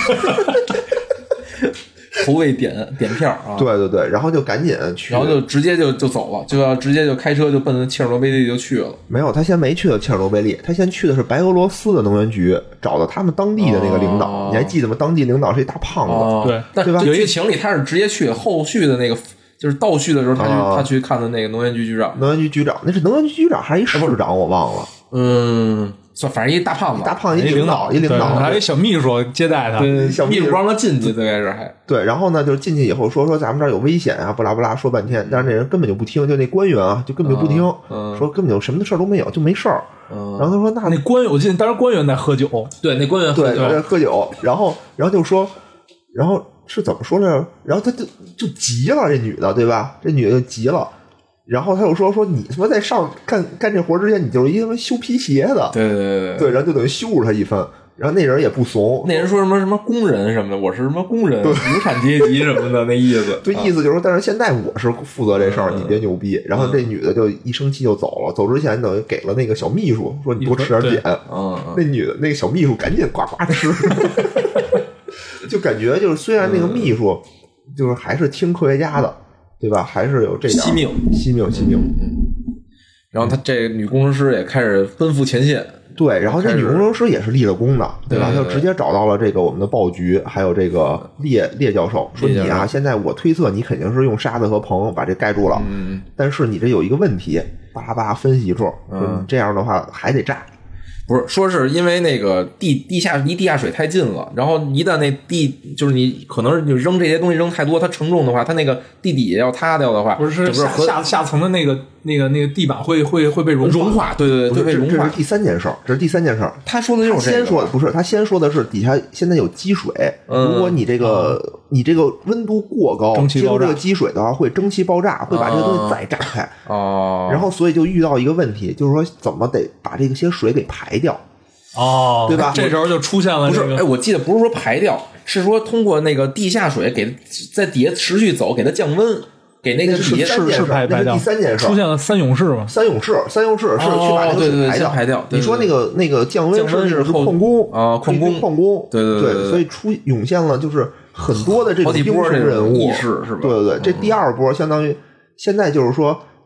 投喂点点票啊！ 对对对，然后就赶紧去， 然后就直接就就走了，就要直接就开车就奔切尔诺贝利就去了。 没有，他先没去的切尔诺贝利，他先去的是白俄罗斯的能源局，找到他们当地的那个领导。 哦、 你还记得吗？当地领导是一大胖子， 哦、 对但对吧？ 有剧情里他是直接去，后续的那个就是倒叙的时候，他去、 哦、 他去看的那个能源局局长。 能源局局长那是能源局局长还是一市长？我忘了。 嗯。算反正一大胖子， 大胖一领导，一领导， 还有一小秘书接待他， 对， 小秘书不让他进去，最开始还对。然后呢，就是进去以后说说咱们这儿有危险啊，不拉不拉说半天，但是那人根本就不听，就那官员啊，就根本就不听， 嗯嗯、 说根本就什么事儿都没有，就没事儿。 嗯、 然后他说那那官员，我记得当时官员在喝酒， 对，那官员喝酒对喝酒，然后然后就说，然后是怎么说来着？然后他就就急了，这女的对吧？这女的就急了。然后他又说说你他妈在上干干这活之前，你就是一他妈修皮鞋的， 对对对对， 对，然后就等于羞辱他一番。然后那人也不怂， 那人说什么什么工人什么的，我是什么工人，无产阶级什么的，那意思。 对，意思就是说，但是现在我是负责这事儿，你别牛逼。然后这女的就一生气就走了，走之前等于给了那个小秘书说你多吃点点。 嗯， 那女的那个小秘书赶紧呱呱吃，就感觉就是虽然那个秘书就是还是听科学家的。对吧？还是有这点惜命， 惜命，惜命。 嗯，然后他这女工程师也开始奔赴前线。 对，然后这女工程师也是立了功的，对吧？ 对对对她就直接找到了这个我们的报局，还有这个列列教授，说你啊，现在我推测你肯定是用沙子和硼把这盖住了， 嗯， 但是你这有一个问题，巴拉巴拉分析一处，说你这样的话还得炸。 不是，说是因为那个地地下离地下水太近了，然后一旦那地就是你可能是你扔这些东西扔太多，它承重的话，它那个地底下要塌掉的话， 不是整个下下下层的那个那个那个地板会会会被融融化，对对对，会被融化。 这是第三件事儿，这是第三件事儿。 他说的就是这个， 先说不是他先说的是底下现在有积水， 嗯、 如果你这个、嗯、你这个温度过高，接触这个积水的话会蒸汽爆炸，会把这个东西再炸开。 哦， 然后所以就遇到一个问题，就是说怎么得把这些水给排掉。 哦， 对吧？ 这时候就出现了、 这个， 不是？哎，我记得不是说排掉，是说通过那个地下水给在底下持续走，给它降温，给那个底下是是排排掉。 第三件事出现了三勇士嘛？ 三勇士，三勇士是去把这个水排掉。 哦、排掉。 你说那个那个降温是是矿工啊，矿工， 矿工， 对对对, 对, 对， 所以出涌现了就是很多的这种英雄人物， 意识是吧？ 对对对，这第二波相当于现在就是说。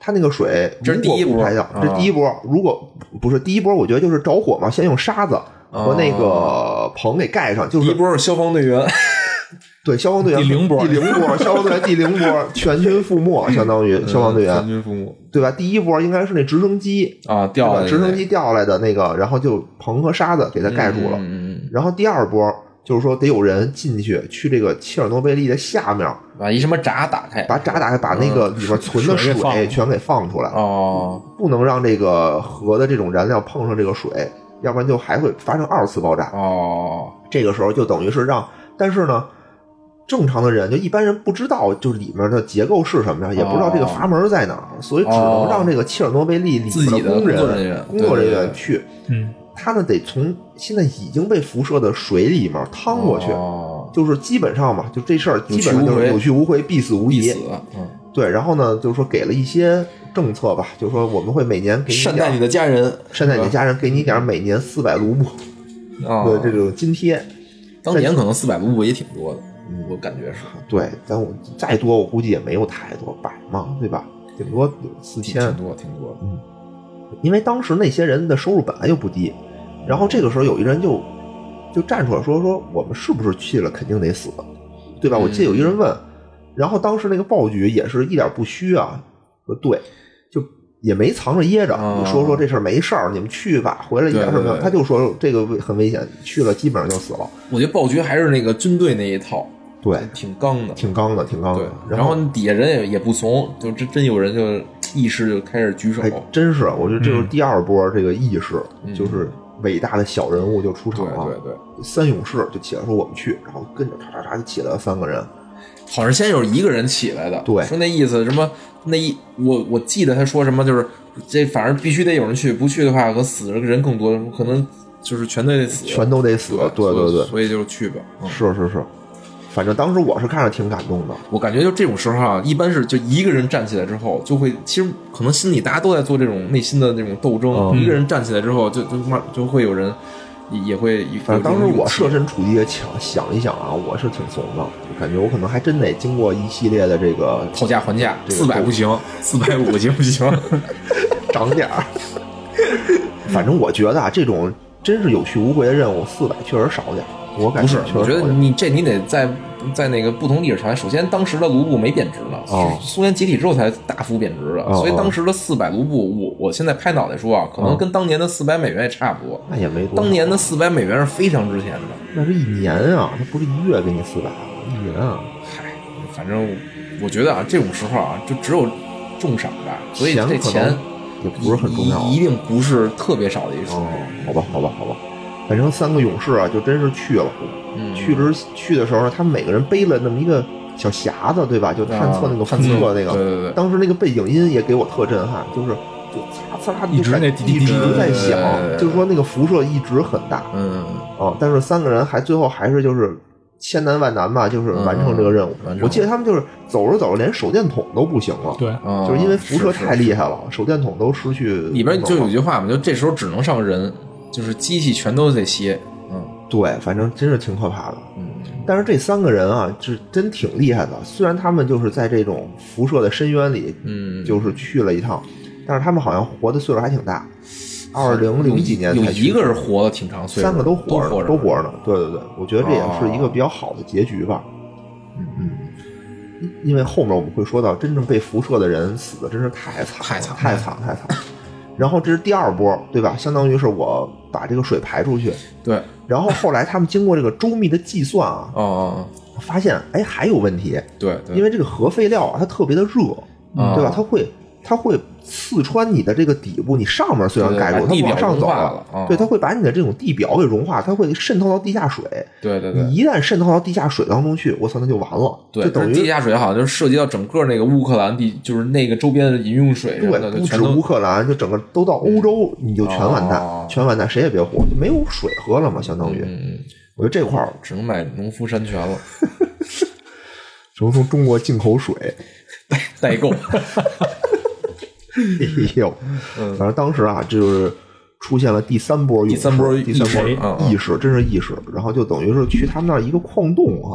它那个水这是第一波排掉，这第一波。如果不是第一波，我觉得就是着火嘛，先用沙子和那个棚给盖上，就是第一波是消防队员。 对，消防队员第零波， 第零波，消防队员第零波，全军覆没，相当于消防队员、 嗯、全军覆没， 对吧？第一波应该是那直升机啊，掉下来， 直升机掉下来的那个，然后就棚和沙子给它盖住了。 嗯嗯。 然后第二波就是说得有人进去，去这个切尔诺贝利的下面， 把一什么闸打开， 把闸打开，把那个里边存的水全给放出来。 哦， 不能让这个核的这种燃料碰上这个水，要不然就还会发生二次爆炸。 哦， 这个时候就等于是让，但是呢。正常的人就一般人不知道，就是里面的结构是什么样，也不知道这个阀门在哪儿，所以只能让这个切尔诺贝利里面的工人、 工作人员、 工作人员去。 嗯， 他们得从现在已经被辐射的水里面趟过去， 哦、 就是基本上嘛，就这事儿基本上就是有去无回、必死无疑。 嗯， 对。然后呢，就是说给了一些政策吧，就是说我们会每年给你善待你的家人， 善待你的家人，给你点每年四百卢布的这种津贴。 当年可能四百卢布也挺多的。嗯，我感觉是对，但我再多，我估计也没有太多，百嘛，对吧？顶多四千， 挺多，挺多。 嗯，因为当时那些人的收入本来就不低，然后这个时候有一人就就站出来说说我们是不是去了肯定得死，对吧？我记得有一人问，嗯、然后当时那个报局也是一点不虚啊，说对，就也没藏着掖着， 哦、 你说说这事儿没事儿，你们去吧，回来一点事儿没有，他就说这个很危险，去了基本上就死了。 我觉得报局还是那个军队那一套。 对， 挺刚的， 挺刚的，挺刚的。 然后底下人也也不怂，就真真有人就意识就开始举手。 还真是，我觉得这就是第二波这个意识， 嗯、 就是伟大的小人物就出场了。 对对对， 三勇士就起来说我们去，然后跟着嚓嚓嚓就起来了三个人。 好像先有一个人起来的， 对， 说那意思什么那一我我记得他说什么就是这反正必须得有人去，不去的话可死的人更多，可能就是全都得死， 全都得死。对对 对, 对， 所以就去吧。 嗯、是是是。反正当时我是看着挺感动的， 我感觉就这种时候啊，一般是就一个人站起来之后，就会其实可能心里大家都在做这种内心的这种斗争，嗯、一个人站起来之后，就就就会有人也会。 反正当时我设身处地的想想一想啊，我是挺怂的，感觉我可能还真得经过一系列的这个讨价还价， 四百不行，四百五行不行， 涨点儿。反正我觉得啊，这种真是有去无回的任务，四百确实少点。我感觉不是，我觉得你这你得在在那个不同历史上，首先当时的卢布没贬值呢， 哦、 苏联解体之后才大幅贬值的， 哦、 所以当时的四百卢布，我我现在拍脑袋说啊，可能跟当年的四百美元也差不多。 那也没多。 当年的四百美元是非常值钱的。 那是一年啊，它不是一月给你四百，一年啊。 嗨，反正我觉得啊，这种时候啊，就只有重赏吧，所以这钱也不是很重要， 一定不是特别少的一数。 哦，好吧，好吧，好吧。反正三个勇士啊，就真是去了。 嗯、 去之去的时候呢，他们每个人背了那么一个小匣子，对吧？就探测那个辐射那个。 对对对。 当时那个背景音也给我特震撼，就是就嚓嚓一直那一直在响，就是说那个辐射一直很大。 嗯。 哦，但是三个人还最后还是就是千难万难吧，就是完成这个任务。 嗯、 我记得他们就是走着走着连手电筒都不行了。 对。 嗯、 就是因为辐射太厉害了，手电筒都失去。 里边就有句话嘛，就这时候只能上人，就是机器全都得歇。嗯， 对，反正真是挺可怕的。 嗯， 但是这三个人啊，是真挺厉害的。虽然他们就是在这种辐射的深渊里， 嗯， 就是去了一趟，但是他们好像活的岁数还挺大，二零零几年才去。 有一个人活的挺长岁数， 三个都活着， 都活着， 都活着呢。对对对，我觉得这也是一个比较好的结局吧。 嗯嗯，因为后面我们会说到，真正被辐射的人死的真是太惨， 太惨， 太惨，太惨。然后这是第二波，对吧？相当于是我把这个水排出去。 对。 然后后来他们经过这个周密的计算啊， 哦哦， 发现哎还有问题。 对对。 因为这个核废料啊，它特别的热， 嗯、 对吧？它会它会刺穿你的这个底部，你上面虽然盖住，它往上走了，嗯、 对，它会把你的这种地表给融化，它会渗透到地下水。 对对对。 你一旦渗透到地下水当中去，我操，那就完了。 对， 就等于地下水好像就涉及到整个那个乌克兰地，就是那个周边的饮用水什么的， 对，不止乌克兰，就整个都到欧洲，你就全完蛋， 哦、 全完蛋，谁也别活，就没有水喝了嘛，相当于。 嗯， 我觉得这块儿只能买农夫山泉了， 只能从中国进口水代代购。 哎呦，反正当时啊，就是出现了第三波勇士， 第三波第三波意识，真是意识。然后就等于是去他们那儿一个矿洞啊，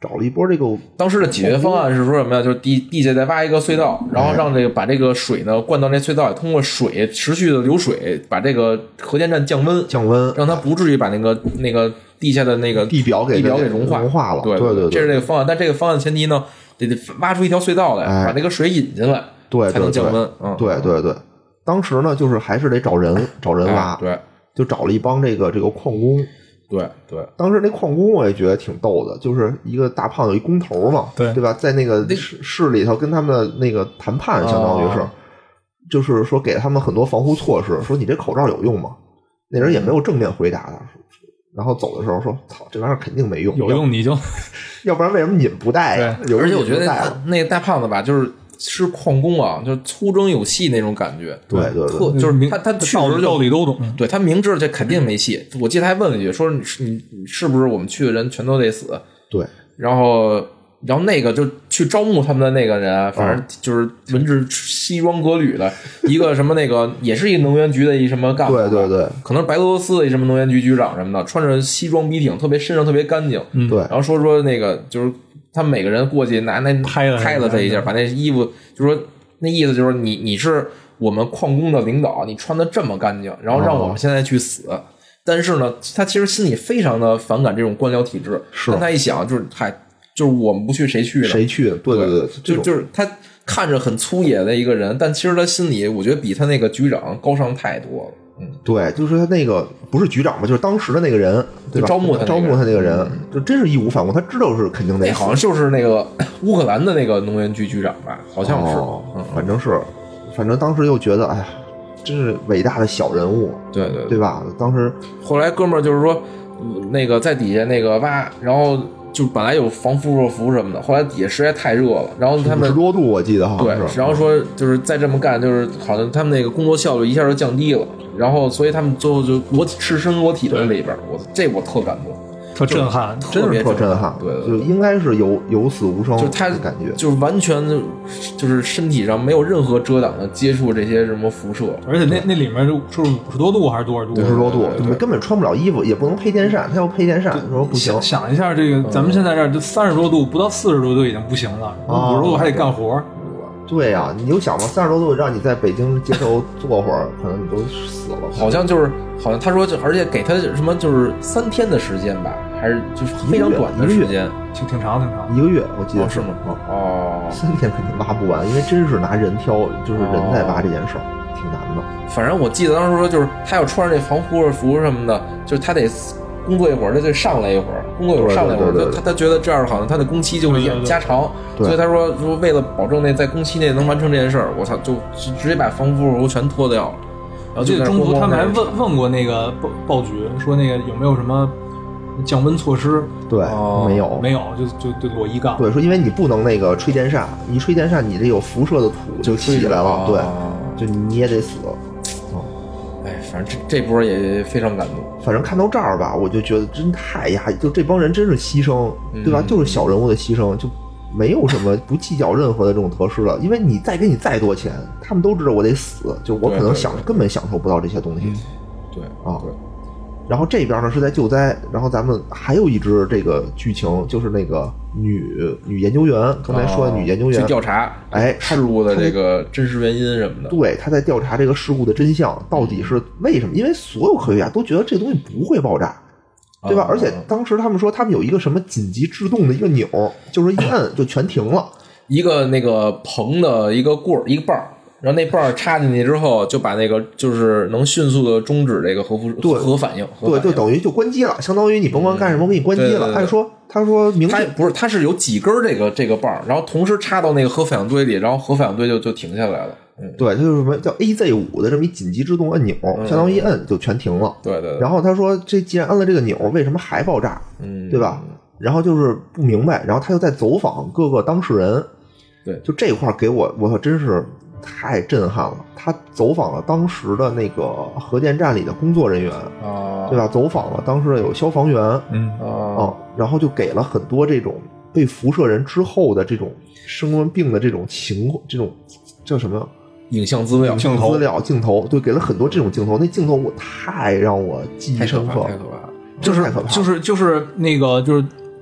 找了一波这个。 当时的解决方案是说什么呀？就是地地下再挖一个隧道，然后让这个把这个水呢灌到那隧道里，通过水持续的流水，把这个核电站降温， 降温， 让它不至于把那个那个地下的那个地表给地表给融化融化了。 对对对， 这是这个方案。但这个方案前提呢，得得挖出一条隧道来， 哎、 把那个水引进来， 对， 才能降温。嗯， 对对对。当时呢，就是还是得找人找人挖， 哎、对， 就找了一帮这个这个矿工。 对对， 当时那矿工我也觉得挺逗的，就是一个大胖有一工头嘛， 对对吧？在那个市市里头跟他们的那个谈判，相当于是， 哦、 就是说给他们很多防护措施，说你这口罩有用吗？那人也没有正面回答他，然后走的时候说：“操，这玩意儿肯定没用， 有用你就， 要不然为什么你们不戴呀？” 而且我觉得那个大胖子吧，就是是矿工啊，就是粗中有细那种感觉。 对对对， 就是他他确实道理都懂。 对他明知道这肯定没戏。我记得他还问了一句，说你你是不是我们去的人全都得死？ 对， 然后然后那个就去招募他们的那个人，反正就是文质西装革履的，一个什么那个也是一能源局的一什么干部， 对对对， 可能是白俄罗斯的一什么能源局局长什么的，穿着西装笔挺，特别身上特别干净。 嗯， 对， 然后说说那个就是他们每个人过去拿那拍了拍了他一下，把那衣服就说那意思就是你你是我们矿工的领导，你穿的这么干净，然后让我们现在去死。哦，但是呢，他其实心里非常的反感这种官僚体制。 是， 但他一想，就是嗨，就是我们不去谁去呢？ 谁去？对对对， 就就是他看着很粗野的一个人，但其实他心里，我觉得比他那个局长高尚太多了。嗯， 对，就是他那个不是局长嘛，就是当时的那个人，对吧？ 招募他招募他那个人，嗯，就真是义无反顾，他知道是肯定得死。 那好像就是那个乌克兰的那个能源局局长吧，好像是， 哦嗯， 反正是，反正当时又觉得，哎呀。真是伟大的小人物， 对对对, 对吧？当时后来哥们儿就是说，那个在底下那个挖，然后就本来有防辐射服什么的，后来底下实在太热了，然后他们五十多度，我记得好像对， 是。 然后说就是再这么干，就是好像他们那个工作效率一下就降低了，然后所以他们最后就裸体赤身裸体在里边，我这我特感动。 特震撼， 特别特震撼， 对， 就应该是有有死无生， 就他感觉， 就是完全就是身体上没有任何遮挡的接触这些什么辐射， 而且那那里面就是五十多度还是多少度？ 五十多度，就根本穿不了衣服，也不能配电扇，他要配电扇，说不行。 想一下，这个咱们现在这儿就三十多度，不到四十度就已经不行了，五十度还得干活。 对呀、啊，你就想吧，三十多度让你在北京街头坐会儿，可能你都死了。 好像就是，好像他说，而且给他什么就是三天的时间吧，还是就是非常短的时间， 挺挺长挺长， 一个月我记得、 哦、是吗？哦， 三天肯定挖不完，因为真是拿人挑，就是人在挖这件事儿、哦、挺难的。 反正我记得当时说，就是他要穿着那防辐射服什么的，就是他得工作一会儿，他就上来一会儿，工作一会儿上来一会儿，他他觉得这样好像他的工期就会加长，所以他说说为了保证那在工期内能完成这件事儿，我操，就直接把防辐射服全脱掉了。然后这中途他们还问问过那个报报局，说那个有没有什么降温措施？ 对， 哦、 没有， 没有，就就就裸一杠。 对，说因为你不能那个吹电扇，一吹电扇，你这有辐射的土就起来了， 哦、 对，就你也得死。 哎，反正这这波也非常感动。 反正看到这儿吧，我就觉得真太压抑，就这帮人真是牺牲，对吧？ 嗯、 就是小人物的牺牲，就没有什么不计较任何的这种得失了。因为你再给你再多钱，他们都知道我得死，就我可能想根本享受不到这些东西。 对啊， 对。 然后这边呢是在救灾，然后咱们还有一支这个剧情，就是那个女女研究员，刚才说的女研究员、 哦、去调查哎事故的这个真实原因什么的。 对，她在调查这个事故的真相到底是为什么？因为所有科学家都觉得这东西不会爆炸，对吧？ 哦、 而且当时他们说他们有一个什么紧急制动的一个钮，就是一摁就全停了， 一个那个棚的一个棍儿，一个棒儿。然后那棒儿插进去之后，就把那个就是能迅速的终止这个核辐对核反应， 对，就等于就关机了，相当于你甭管干什么，给你关机了。按说他说明他不是，他是有几根这个这个棒儿，然后同时插到那个核反应堆里，然后核反应堆就就停下来了。嗯， 对，它就是什么叫 A Z 五 的这么一紧急制动按钮， 嗯、 相当于一摁就全停了。 对 对, 对。 然后他说，这既然按了这个钮，为什么还爆炸？ 嗯， 对吧？然后就是不明白，然后他又在走访各个当事人。 对， 就这块给我，我操，真是。太震撼了！他走访了当时的那个核电站里的工作人员， 啊， 对吧？走访了当时的有消防员， 嗯啊、嗯，然后就给了很多这种被辐射人之后的这种生完病的这种情况，这种叫什么影像资料、 影像资料、镜头，对，给了很多这种镜头。那镜头我太让我记忆深刻， 太可怕了， 就是就是就是那个就是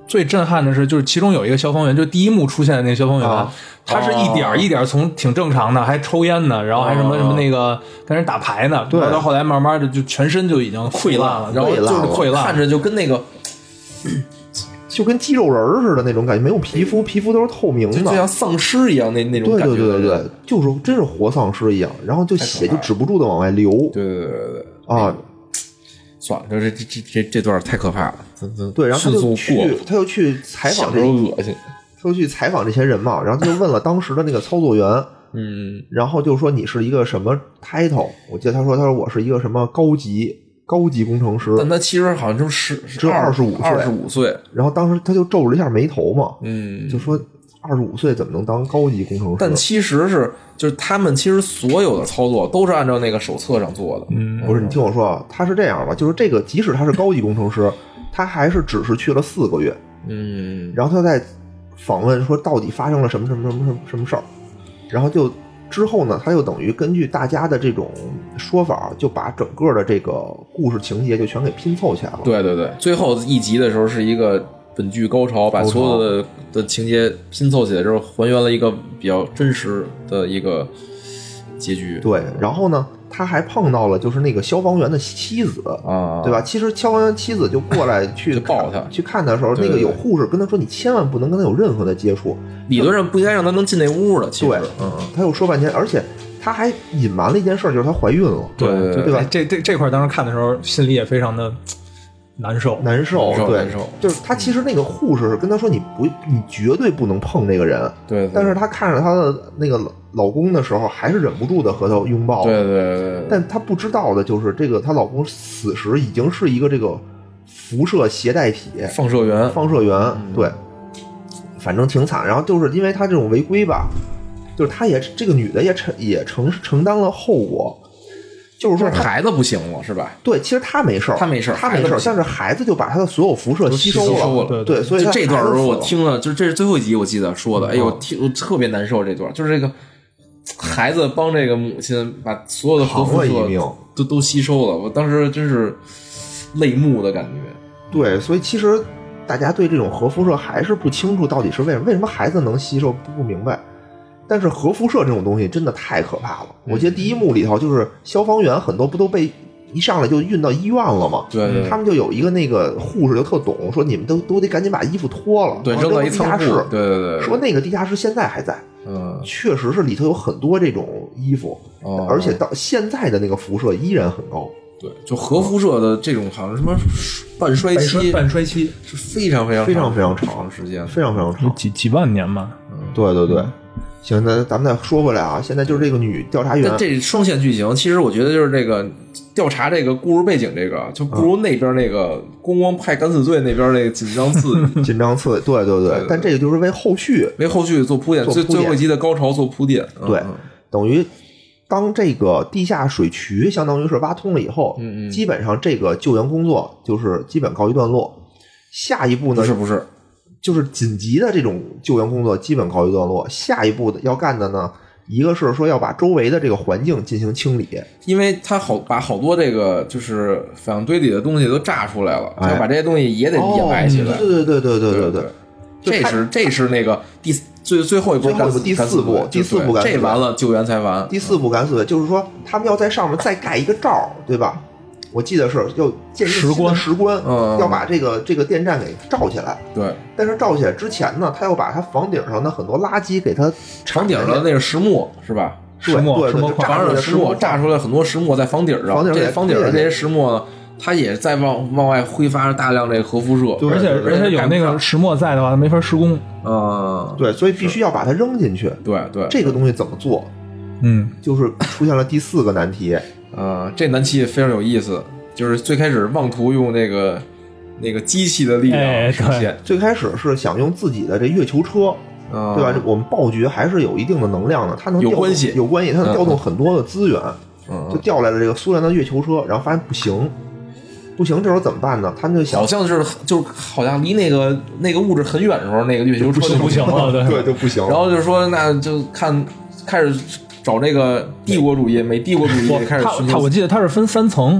最震撼的是，就是其中有一个消防员，就第一幕出现的那个消防员， 啊、 他是一点一点从挺正常的，还抽烟呢，然后还什么、 啊、 什么那个跟人打牌呢， 对， 到后来慢慢的就全身就已经溃烂了，然后就是溃烂， 看着就跟那个。 就跟肌肉人似的那种感觉，没有皮肤，皮肤都是透明的， 就像丧尸一样那那种感觉。 对对对对，就是真是活丧尸一样，然后就血就止不住的往外流。 对对对对啊， 算了，这这这这这段太可怕了。 对，然后他就去，他就去采访， 这恶心。 他就去采访这些人嘛，然后他就问了当时的那个操作员， 嗯， 然后就说你是一个什么 title？ 我记得他说他说我是一个什么高级。高级工程师， 但他其实好像就是只有二十五岁， 二十五岁。 然后当时他就皱了一下眉头嘛， 嗯， 就说二十五岁怎么能当高级工程师？ 但其实是就是他们其实所有的操作都是按照那个手册上做的。 嗯， 不是，你听我说啊，他是这样吧，就是这个即使他是高级工程师，他还是只是去了四个月。 嗯， 然后他在访问说到底发生了什么什么什么什么什么事儿，然后就。之后呢，他又等于根据大家的这种说法，就把整个的这个故事情节就全给拼凑起来了。 对对对，最后一集的时候是一个本剧高潮，把所有的的情节拼凑起来之后，还原了一个比较真实的一个结局。 对，然后呢，他还碰到了就是那个消防员的妻子啊， 对吧？其实消防员妻子就过来去抱他去看他的时候， 对对对那个有护士跟他说：“你千万不能跟他有任何的接触。” 理论上不应该让他能进那屋的。其实对，嗯，他又说半天，而且他还隐瞒了一件事，就是她怀孕了。 对对对， 对吧？ 这这这块当时看的时候，心里也非常的难受， 难受， 难受对， 难受就是他其实那个护士是跟他说：“你不，你绝对不能碰这个人。” 对， 但是他看着他的那个老公的时候，还是忍不住的和他拥抱。 对对对对， 但她不知道的就是，这个她老公此时已经是一个这个辐射携带体、 放射源， 放射源，嗯、对，反正挺惨。然后就是因为他这种违规吧，就是他也这个女的也承也承承担了后果，就是说孩子不行了，是吧？ 对，其实他没事儿， 他没事儿， 他没事儿，但是孩子就把他的所有辐射吸收了， 对对，所以这段时候我听了，就是这是最后一集我记得说的，哎呦，听我特别难受这段，就是这个。孩子帮这个母亲把所有的核辐射都都吸收了，我当时真是泪目的感觉。 对，所以其实大家对这种核辐射还是不清楚到底是为什么，为什么孩子能吸收不不明白。但是核辐射这种东西真的太可怕了。我记得第一幕里头就是消防员很多不都被一上来就运到医院了吗？ 对对， 他们就有一个那个护士就特懂，说你们都都得赶紧把衣服脱了， 对，扔到一地下室。 对对对， 说那个地下室现在还在。 嗯， 确实是里头有很多这种衣服， 哦、 而且到现在的那个辐射依然很高。 对，就核辐射的这种好像什么半衰期， 半衰期是非常非常非常非常长时间， 非常非常长， 几几万年吧。 嗯，对对对。行，那咱们再说回来啊，现在就是这个女调查员， 但这双线剧情，其实我觉得就是这个调查这个故事背景，这个就不如那边那个光光派敢死队那边那个紧张刺激， 紧张刺激，对对 对, 对, 对。但这个就是为后续为后续做铺垫，最最后一集的高潮做铺垫。 对， 嗯、 等于当这个地下水渠相当于是挖通了以后， 嗯嗯， 基本上这个救援工作就是基本告一段落。下一步呢？ 不是不是。 就是紧急的这种救援工作基本告一段落，下一步的要干的呢，一个是说要把周围的这个环境进行清理， 因为他好把好多这个就是反应堆里的东西都炸出来了，哎、要把这些东西也得掩埋起来。 对对对对对对对， 这是这是那个第最最后一步干死第四步，第四步干这完了救援才完。 第四步敢死队就是说他们要在上面再盖一个罩，对吧？我记得是要建一个新的石棺， 嗯， 要把这个这个电站给罩起来。 对， 但是罩起来之前呢，他要把它房顶上的很多垃圾给它房顶上的那个石墨是吧？ 对对对， 炸出来石墨，炸出来很多石墨在房顶上， 房顶这房顶上这些石墨呢，它也在往往外挥发大量这个核辐射， 而且而且有那个石墨在的话，它没法施工。 嗯， 对，所以必须要把它扔进去。 对对， 这个东西怎么做？ 嗯， 就是出现了第四个难题。 呃，这难题也非常有意思，就是最开始妄图用那个那个机器的力量实现， 哎、 最开始是想用自己的这月球车， 嗯、 对吧？我们爆菊还是有一定的能量的，它能有关系， 有关系，它能调动很多的资源， 嗯、 就调来了这个苏联的月球车，然后发现不行，不行，这时候怎么办呢？他们就想， 好像是就是好像离那个那个物质很远的时候，那个月球车就不行了，对对，就不行。 然后就是说，那就看开始。找这个帝国主义、美帝国主义开始他他我记得他是分三层，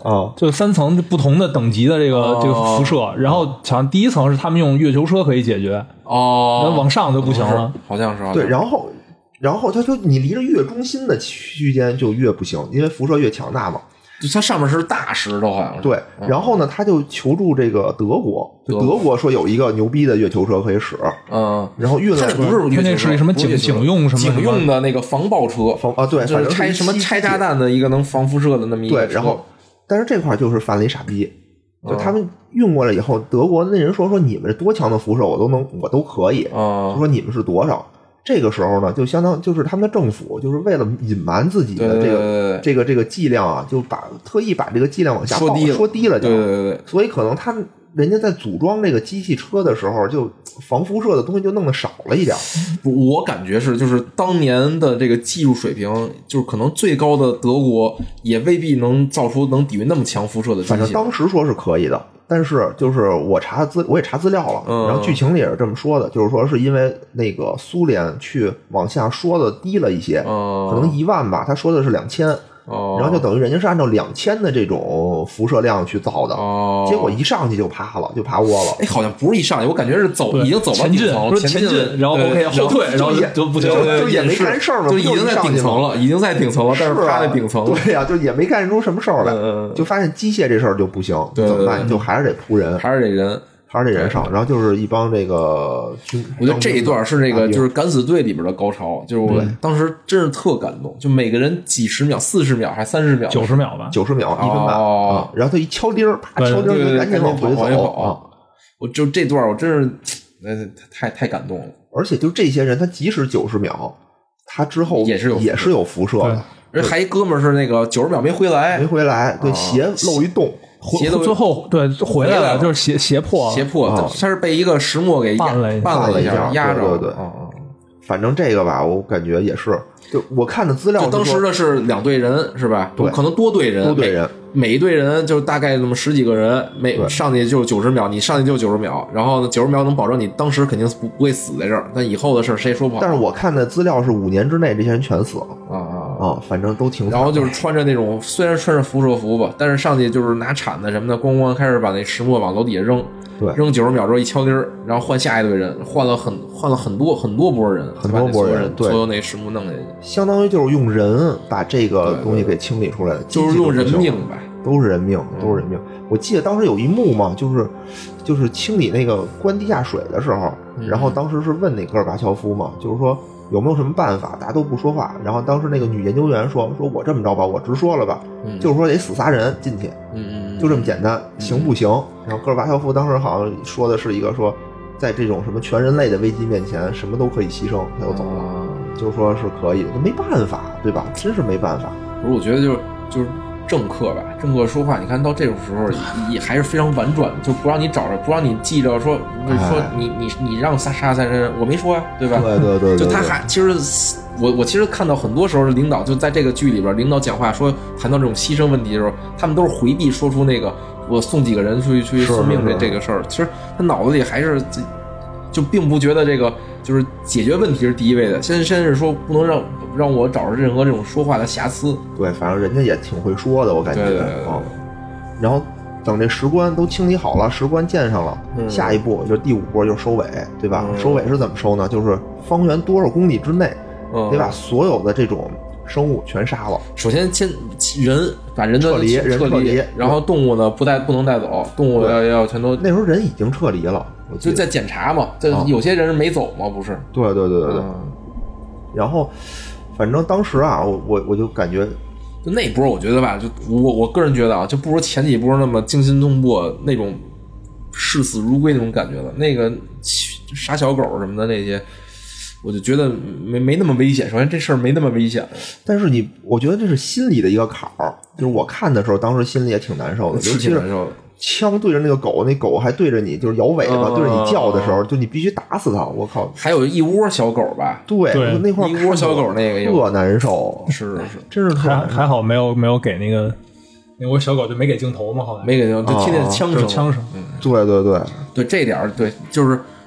啊， 就三层不同的等级的这个、 哦、 这个辐射，然后好像第一层是他们用月球车可以解决， 哦， 然后往上就不行了， 好像是，好像是对，然后然后他说你离着越中心的区间就越不行，因为辐射越强大嘛。 就它上面是大石头，好像是。 对，然后呢，他就求助这个德国，就德国说有一个牛逼的月球车可以使， 嗯， 然后运来不是月球车， 它那是什么警警用什么警用的那个防爆车， 防啊对， 就是拆什么拆炸弹的一个能防辐射的那么一个。 对，然后但是这块就是犯了一傻逼，就他们运过来以后，德国那人说说你们这多强的辐射我都能我都可以，就说你们是多少。这个时候呢，就相当就是他们的政府就是为了隐瞒自己的这个对对对对这个这个剂量啊，就把特意把这个剂量往下说低了， 说低了点， 对对对对， 所以可能他们人家在组装这个机器车的时候，就防辐射的东西就弄得少了一点。 我感觉是，就是当年的这个技术水平，就是可能最高的德国也未必能造出能抵御那么强辐射的机器。 反正当时说是可以的。但是就是我查资我也查资料了， 嗯、 然后剧情里也是这么说的，就是说是因为那个苏联去往下说的低了一些， 嗯、 可能一万吧，他说的是两千， 哦， 然后就等于人家是按照两千的这种辐射量去造的， 哦， 结果一上去就趴了，就趴窝了。 哎，好像不是一上去，我感觉是走已经走到顶层， 不是前进，然后 OK 后退，然后就不行， 就也没干事儿嘛， 就已经在顶层了，已经在顶层了，但是趴在顶层， 对呀，就也没干出什么事儿来，就发现机械这事儿就不行，怎么办？就还是得扑人， 还是得人。 还是得人上，然后就是一帮这个军， 我觉得这一段是这个就是敢死队里边的高潮，就是我当时真是特感动，就每个人几十秒、四十秒还三十秒、 九十秒吧， 九十秒一分半啊，然后他一敲钉儿，啪敲钉儿就赶紧往回走啊！ 我就这段我真是呃太太感动了， 而且就这些人，他即使九十秒，他之后也是有也是有辐射的， 而还一哥们儿是那个九十秒没回来， 没回来，对，鞋漏一洞。 鞋最后对回来了，就是鞋鞋破鞋破，他是被一个石磨给绊了绊了一下， 压着， 对对对，反正这个吧，我感觉也是，就我看的资料， 当时的是两队人是吧？ 对， 可能多队人， 多队人， 每一队人就大概那么十几个人，每上去就九十秒，你上去就九十秒，然后九十秒能保证你当时肯定不不会死在这儿，但以后的事谁说不好。 但是我看的资料是五年之内这些人全死了啊啊啊，反正都挺。 然后就是穿着那种虽然穿着辐射服吧，但是上去就是拿铲子什么的，咣咣开始把那石墨往楼底下扔。 对， 扔九十秒之后一敲钉儿，然后换下一队人，换了很换了很多很多波人， 很多波人， 对，所有那石木弄下去， 相当于就是用人把这个东西给清理出来的， 就是用人命吧， 都是人命，都是人命。 嗯、 我记得当时有一幕嘛，就是就是清理那个关地下水的时候， 嗯、 然后当时是问那戈尔巴乔夫嘛，就是说有没有什么办法，大家都不说话。然后当时那个女研究员说：“说我这么着吧，我直说了吧， 嗯、 就是说得死仨人进去， 嗯， 就这么简单，行不行？”然后戈尔巴乔夫当时好像说的是一个说，在这种什么全人类的危机面前，什么都可以牺牲，他就走了， 嗯、 就是说是可以的，没办法，对吧？真是没办法。 不是，我觉得就是就是政客吧，政客说话，你看到这种时候也还是非常婉转，就不让你找着，不让你记着说说你你你让杀杀三人，我没说啊，对吧？ 对对 对, 对， 就他还其实我我其实看到很多时候领导就在这个剧里边，领导讲话说谈到这种牺牲问题的时候，他们都是回避说出那个我送几个人出去出去送命这这个事儿，其实他脑子里还是就并不觉得这个就是解决问题是第一位的，先先是说不能让让我找着任何这种说话的瑕疵。 对，反正人家也挺会说的，我感觉。 对对对对啊、然后等这石棺都清理好了，石棺建上了， 嗯、 下一步就是第五波就是收尾，对吧？ 嗯、 收尾是怎么收呢？就是方圆多少公里之内， 嗯、 得把所有的这种生物全杀了。 首先先人把人的撤离，人撤离， 然后动物呢不带不能带走，动物要要全都。 那时候人已经撤离了， 就在检查嘛，这有些人没走嘛，不是？ 对对对对对。嗯、然后，反正当时啊，我我我就感觉， 就那波我觉得吧，就我我个人觉得啊，就不如前几波那么惊心动魄那种视死如归那种感觉了。那个杀小狗什么的那些。我就觉得没没那么危险，首先这事儿没那么危险， 但是你，我觉得这是心理的一个坎儿。就是我看的时候，当时心里也挺难受的，尤其是枪对着那个狗，那狗还对着你，就是摇尾巴、 嗯、 对着你叫的时候，就你必须打死它。我靠！ 还有一窝小狗吧？ 对， 对那块一窝小狗那个特难受， 是是， 真是还还好没有没有给那个那窝小狗就没给镜头嘛，后来没给镜头，就听见枪声， 枪声。 嗯， 对对对对，这点对就是。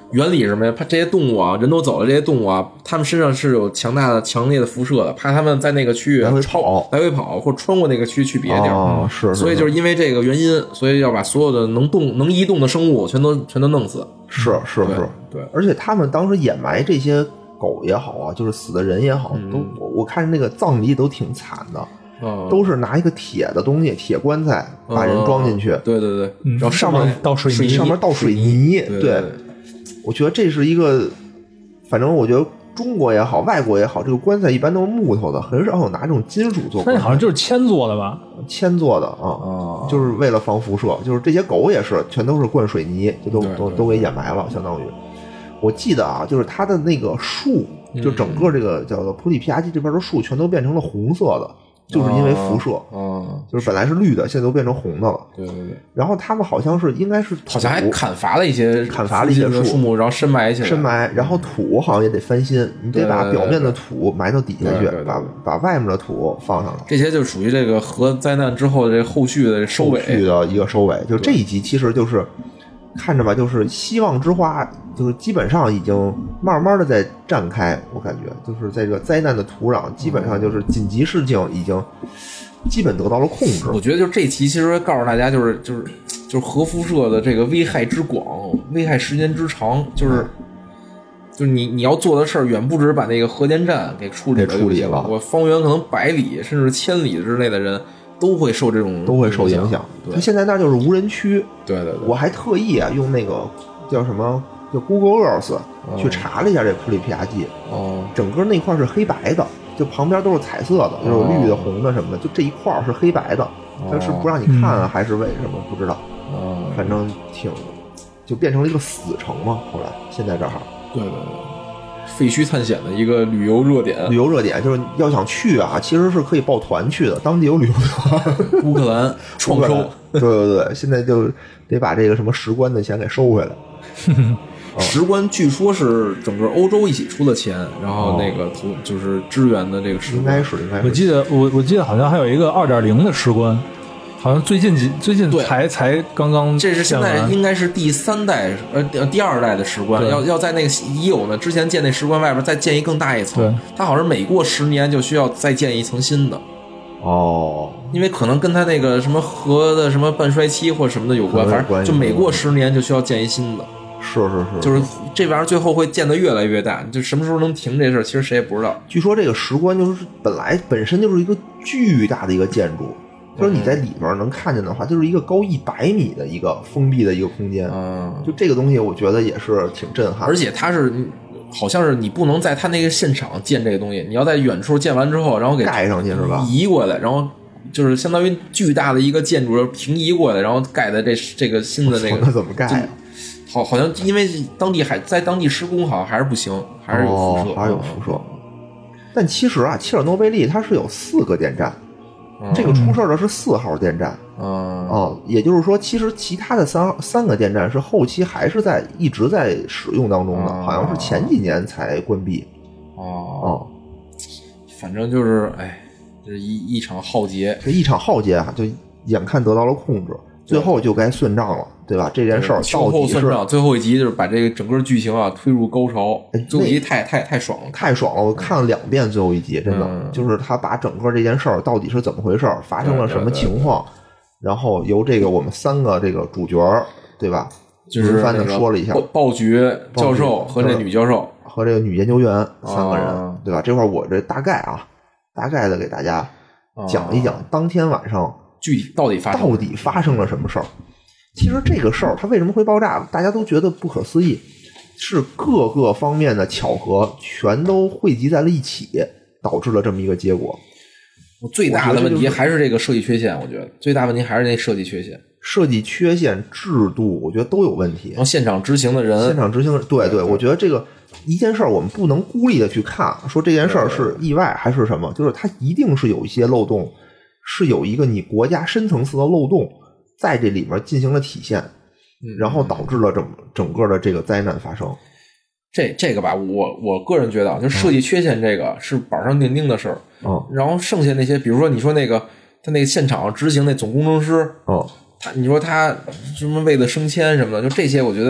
原理是什么呀？怕这些动物啊，人都走了，这些动物啊，它们身上是有强大的、强烈的辐射的，怕它们在那个区域来回超跑来回跑，或者穿过那个区去别的地儿。 哦，是， 所以就是因为这个原因，所以要把所有的能动、能移动的生物全都全都弄死。 是是是， 对。 而且他们当时掩埋这些狗也好啊，就是死的人也好， 嗯、 都我我看那个葬礼都挺惨的。 哦、 都是拿一个铁的东西，铁棺材把人装进去， 哦、对对对， 嗯、 然后上面倒水泥， 上面倒水泥， 对, 对, 对，我觉得这是一个，反正我觉得中国也好，外国也好，这个棺材一般都是木头的，很少有拿这种金属做棺材。 那好像就是铅做的吧？ 铅做的啊， 哦、 就是为了防辐射，就是这些狗也是，全都是灌水泥，就都都都给掩埋了，相当于。我记得啊，就是它的那个树，就整个这个叫做普里皮亚季这边的树，全都变成了红色的。就是因为辐射， 哦， 就是本来是绿的，现在都变成红的了。 对对对。 然后他们好像是应该是好像还砍伐了一些砍伐了一些树木，然后深埋起来。 深埋，然后土好像也得翻新，你得把表面的土埋到底下去，把把外面的土放上来。 这些就属于这个核灾难之后的这后续的收尾， 后续的一个收尾。就这一集其实就是看着吧，就是希望之花，就是基本上已经慢慢的在绽开，我感觉就是在这个灾难的土壤，基本上就是紧急事情已经基本得到了控制。 我觉得就这期其实告诉大家，就是就是就是核辐射的这个危害之广，危害时间之长，就是就是你你要做的事儿远不止把那个核电站给处理了处理了， 我方圆可能百里甚至千里之内的人都会受这种都会受影响。他现在那就是无人区， 对对对。 我还特意啊用那个叫什么叫 Google Earth、哦、去查了一下这普里皮亚季， 哦， 整个那块是黑白的，就旁边都是彩色的，就是有绿的、哦、红的什么的，就这一块是黑白的。但、哦、是不让你看啊，还是为什么不知道？ 哦， 反正挺就变成了一个死城嘛。后来现在这儿， 对对对。废墟探险的一个旅游热点， 旅游热点就是要想去啊，其实是可以报团去的，当地有旅游团。 乌克兰创收， 对对对，现在就得把这个什么石棺的钱给收回来。 石棺据说是整个欧洲一起出的钱，然后那个就是支援的这个石棺， 应该是应该是。 我记得我我记得好像还有一个二点零的石棺。好像最近几最近才才刚刚， 这是现在应该是第三代呃第二代的石棺，要要在那个已有的之前建那石棺外边再建一更大一层，它好像每过十年就需要再建一层新的。 哦， 因为可能跟它那个什么核的什么半衰期或什么的有关，反正就每过十年就需要建一新的。 是是是， 就是这玩意儿最后会建得越来越大，就什么时候能停这事儿，其实谁也不知道。 据说这个石棺就是本来本身就是一个巨大的一个建筑。就是你在里边能看见的话，就是一个高一百米的一个封闭的一个空间。 嗯， 就这个东西，我觉得也是挺震撼。 而且它是，好像是你不能在它那个现场建这个东西，你要在远处建完之后，然后给盖上去是吧？ 移过来，然后就是相当于巨大的一个建筑平移过来，然后盖在这这个新的那个。 那怎么盖呀？ 好，好像因为当地还在当地施工，好像还是不行，还是有辐射， 哦、还是有辐射。但其实啊，切尔诺贝利它是有四个电站。这个出事的是四号电站， 嗯， 哦，也就是说，其实其他的三三个电站是后期还是在一直在使用当中的， 嗯、 好像是前几年才关闭。 哦， 哦， 反正就是，哎，这是一一场浩劫， 这一场浩劫啊，就眼看得到了控制，最后就该算账了，对吧？这件事儿到底是最后一集就是把这个整个剧情啊推入高潮，最后一集太太太爽了， 太爽了！我看了两遍最后一集，真的、嗯、就是他把整个这件事儿到底是怎么回事，发生了什么情况，然后由这个我们三个这个主角，对吧？ 就是轮番的说了一下， 鲍爵教授和这女教授和这个女研究员三个人，啊、对吧？这块我这大概啊，大概的给大家讲一讲、啊、当天晚上具体到底发生到底发生了什么事儿。其实这个事儿它为什么会爆炸，大家都觉得不可思议，是各个方面的巧合全都汇集在了一起，导致了这么一个结果。 最大的问题还是这个设计缺陷，我觉得最大问题还是那设计缺陷。 设计缺陷、制度，我觉得都有问题。 然后现场执行的人， 现场执行，对 对, 对，我觉得这个一件事儿，我们不能孤立的去看，说这件事儿是意外还是什么，就是它一定是有一些漏洞，是有一个你国家深层次的漏洞在这里面进行了体现，然后导致了整整个的这个灾难发生。 这这个吧，我我个人觉得啊，就设计缺陷这个是板上钉钉的事儿。 嗯， 然后剩下那些，比如说你说那个他那个现场执行那总工程师， 嗯， 他你说他什么为了升迁什么的，就这些，我觉得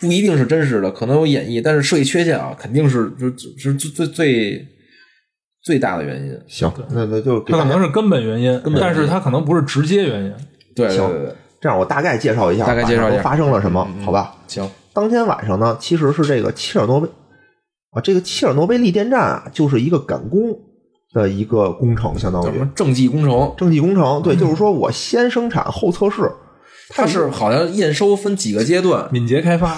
不一定是真实的，可能有演绎，但是设计缺陷啊，肯定是就是最最最最大的原因。 行，那那就它可能是根本原因，但是它可能不是直接原因。 对对对对， 这样我大概介绍一下， 大概介绍一下发生了什么， 嗯、 好吧？ 行， 当天晚上呢，其实是这个切尔诺贝啊，这个切尔诺贝利电站啊，就是一个赶工的一个工程，相当于什么政绩工程？ 政绩工程，对，嗯、就是说我先生产后测试。 它是好像验收分几个阶段， 敏捷开发。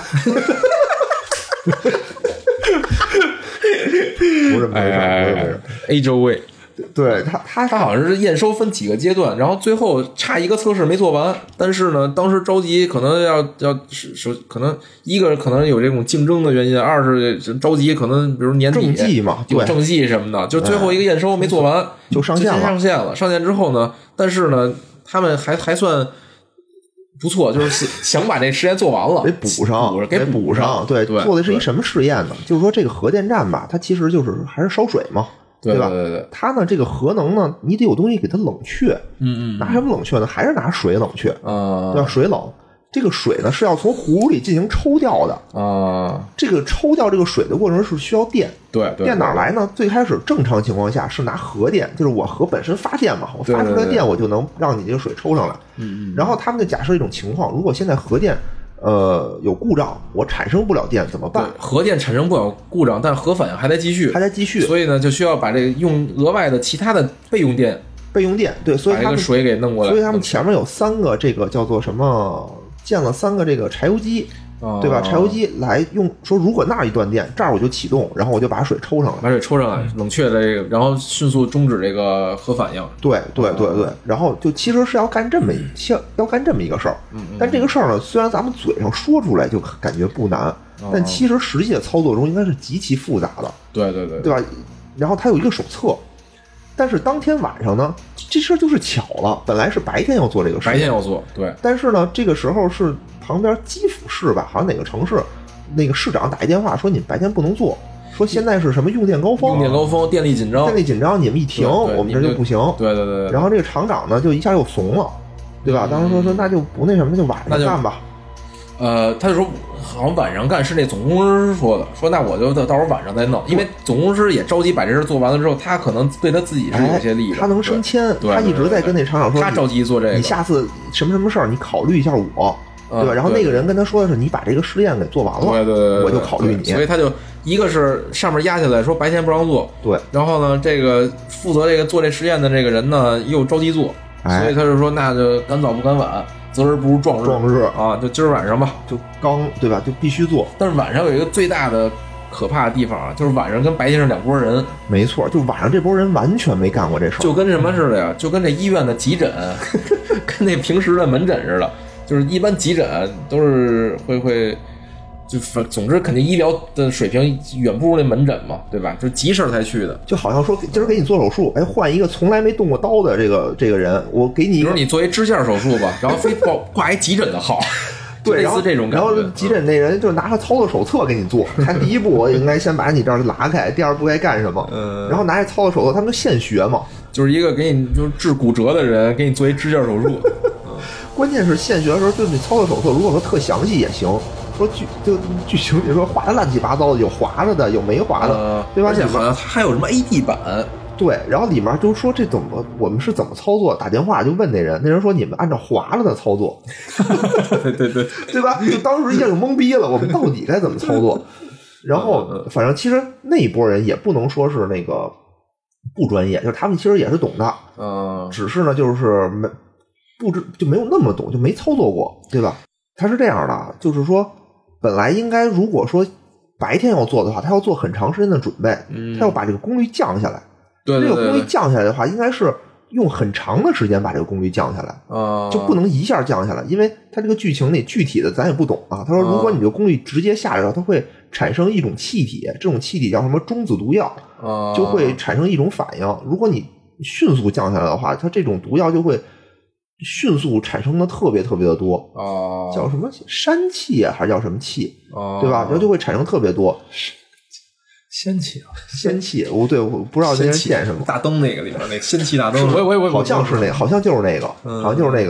不是没事，不是没事 ，A 周位。 对他，他他好像是验收分几个阶段，然后最后差一个测试没做完，但是呢，当时着急，可能要要是可能一个可能有这种竞争的原因，二是着急，可能比如年底政绩嘛， 有政绩什么的，就最后一个验收没做完， 就上线了， 上线了。上线之后呢，但是呢，他们还还算不错，就是想把这实验做完了， 给补上， 给补上。 对， 对做的是一什么实验呢？就是说这个核电站吧，它其实就是还是烧水嘛。 对吧？ 对对对， 它呢，这个核能呢，你得有东西给它冷却。 嗯嗯， 拿什么冷却呢？还是拿水冷却啊？ 对吧？水冷，这个水呢是要从葫芦里进行抽掉的啊。 这个抽掉这个水的过程是需要电。 对对， 电哪来呢？最开始正常情况下是拿核电，就是我核本身发电嘛，我发出来电我就能让你这个水抽上来。 嗯嗯。 然后他们就假设一种情况，如果现在核电呃有故障，我产生不了电怎么办？ 核电产生不了故障，但核反应还在继续， 还在继续， 所以呢就需要把这个用额外的其他的备用电， 备用电对，所以他们水给弄过来， 所以他们前面有三个这个叫做什么？建了三个这个柴油机。对吧？柴油机来用说，如果那儿一断电，这儿我就启动，然后我就把水抽上来， 把水抽上来，冷却这个，然后迅速终止这个核反应。 对对对对，然后就其实是要干这么一要干这么一个事儿。 嗯嗯。 但这个事儿呢，虽然咱们嘴上说出来就感觉不难，但其实实际的操作中应该是极其复杂的。 对对对， 对吧？然后它有一个手册，但是当天晚上呢，这事儿就是巧了，本来是白天要做这个事， 白天要做，对。 但是呢，这个时候是旁边基辅市吧，好像哪个城市，那个市长打一电话说你们白天不能做，说现在是什么用电高峰， 用电高峰，电力紧张， 电力紧张，你们一停，我们这就不行。 对对 对, 对。 然后这个厂长呢，就一下又怂了，对吧？当时说说那就不那什么，那就晚上干吧。 呃，他就说好像晚上干，是那总工师说的，说那我就到到时候晚上再弄，因为总工师也着急把这事做完了之后，他可能对他自己是有些利益的， 哎，他能升迁，他一直在跟那厂长说， 他着急做这个， 你下次什么什么事儿，你考虑一下我。对吧？然后那个人跟他说的是，你把这个实验给做完了， 对对对， 我就考虑你。 所以他就一个是上面压下来说白天不让做， 对。 然后呢，这个负责这个做这实验的这个人呢又着急做， 哎、 所以他就说那就赶早不赶晚，择日不如撞日， 撞日啊，就今儿晚上吧， 就刚对吧？就必须做。 但是晚上有一个最大的可怕的地方啊，就是晚上跟白天是两拨人。 没错，就晚上这拨人完全没干过这事儿， 就跟什么似的呀？就跟这医院的急诊，跟那平时的门诊似的。就是一般急诊都是会会，就总之肯定医疗的水平远不如那门诊嘛，对吧？就急事才去的， 就好像说今儿给你做手术，哎，换一个从来没动过刀的这个这个人，我给你， 比如你做一支架手术吧，然后非挂挂一急诊的号， 对， 类似这种感觉。 然后急诊那人就拿着操作手册给你做，看第一步我应该先把你这儿拉开，第二步该干什么， 嗯， 然后拿着操作手册，他们就现学嘛， 就是一个给你就是治骨折的人给你做一支架手术。 关键是现学的时候，就是你操作手册，如果说特详细也行。说剧就剧情里说画的乱七八糟的，有划着的，有没划的， 呃、 对吧？ 而且好像还有什么 A D 版， 对。然后里面就说这怎么我们是怎么操作？打电话就问那人，那人说你们按照划了的操作， 对对对， 对吧？就当时一下就懵逼了，我们到底该怎么操作？然后反正其实那一波人也不能说是那个不专业，就是他们其实也是懂的， 嗯， 只是呢就是没。不知就没有那么懂，就没操作过，对吧？他是这样的，就是说，本来应该如果说白天要做的话，他要做很长时间的准备， 嗯、 他要把这个功率降下来。 对, 对, 对, 对， 这个功率降下来的话，应该是用很长的时间把这个功率降下来， 啊、 就不能一下降下来，因为他这个剧情里具体的咱也不懂啊。他说，如果你这个功率直接下来了，它会产生一种气体，这种气体叫什么中子毒药， 啊、 就会产生一种反应。如果你迅速降下来的话，它这种毒药就会迅速产生的特别特别的多， 哦， 叫什么山气啊，还是叫什么气， 哦， 对吧？然后就会产生特别多仙气啊， 仙气，我对我不知道那是剑什么， 大灯那个里面那仙气大灯， 我我我好像是那个，好像就是那个， 嗯、 好像就是那个。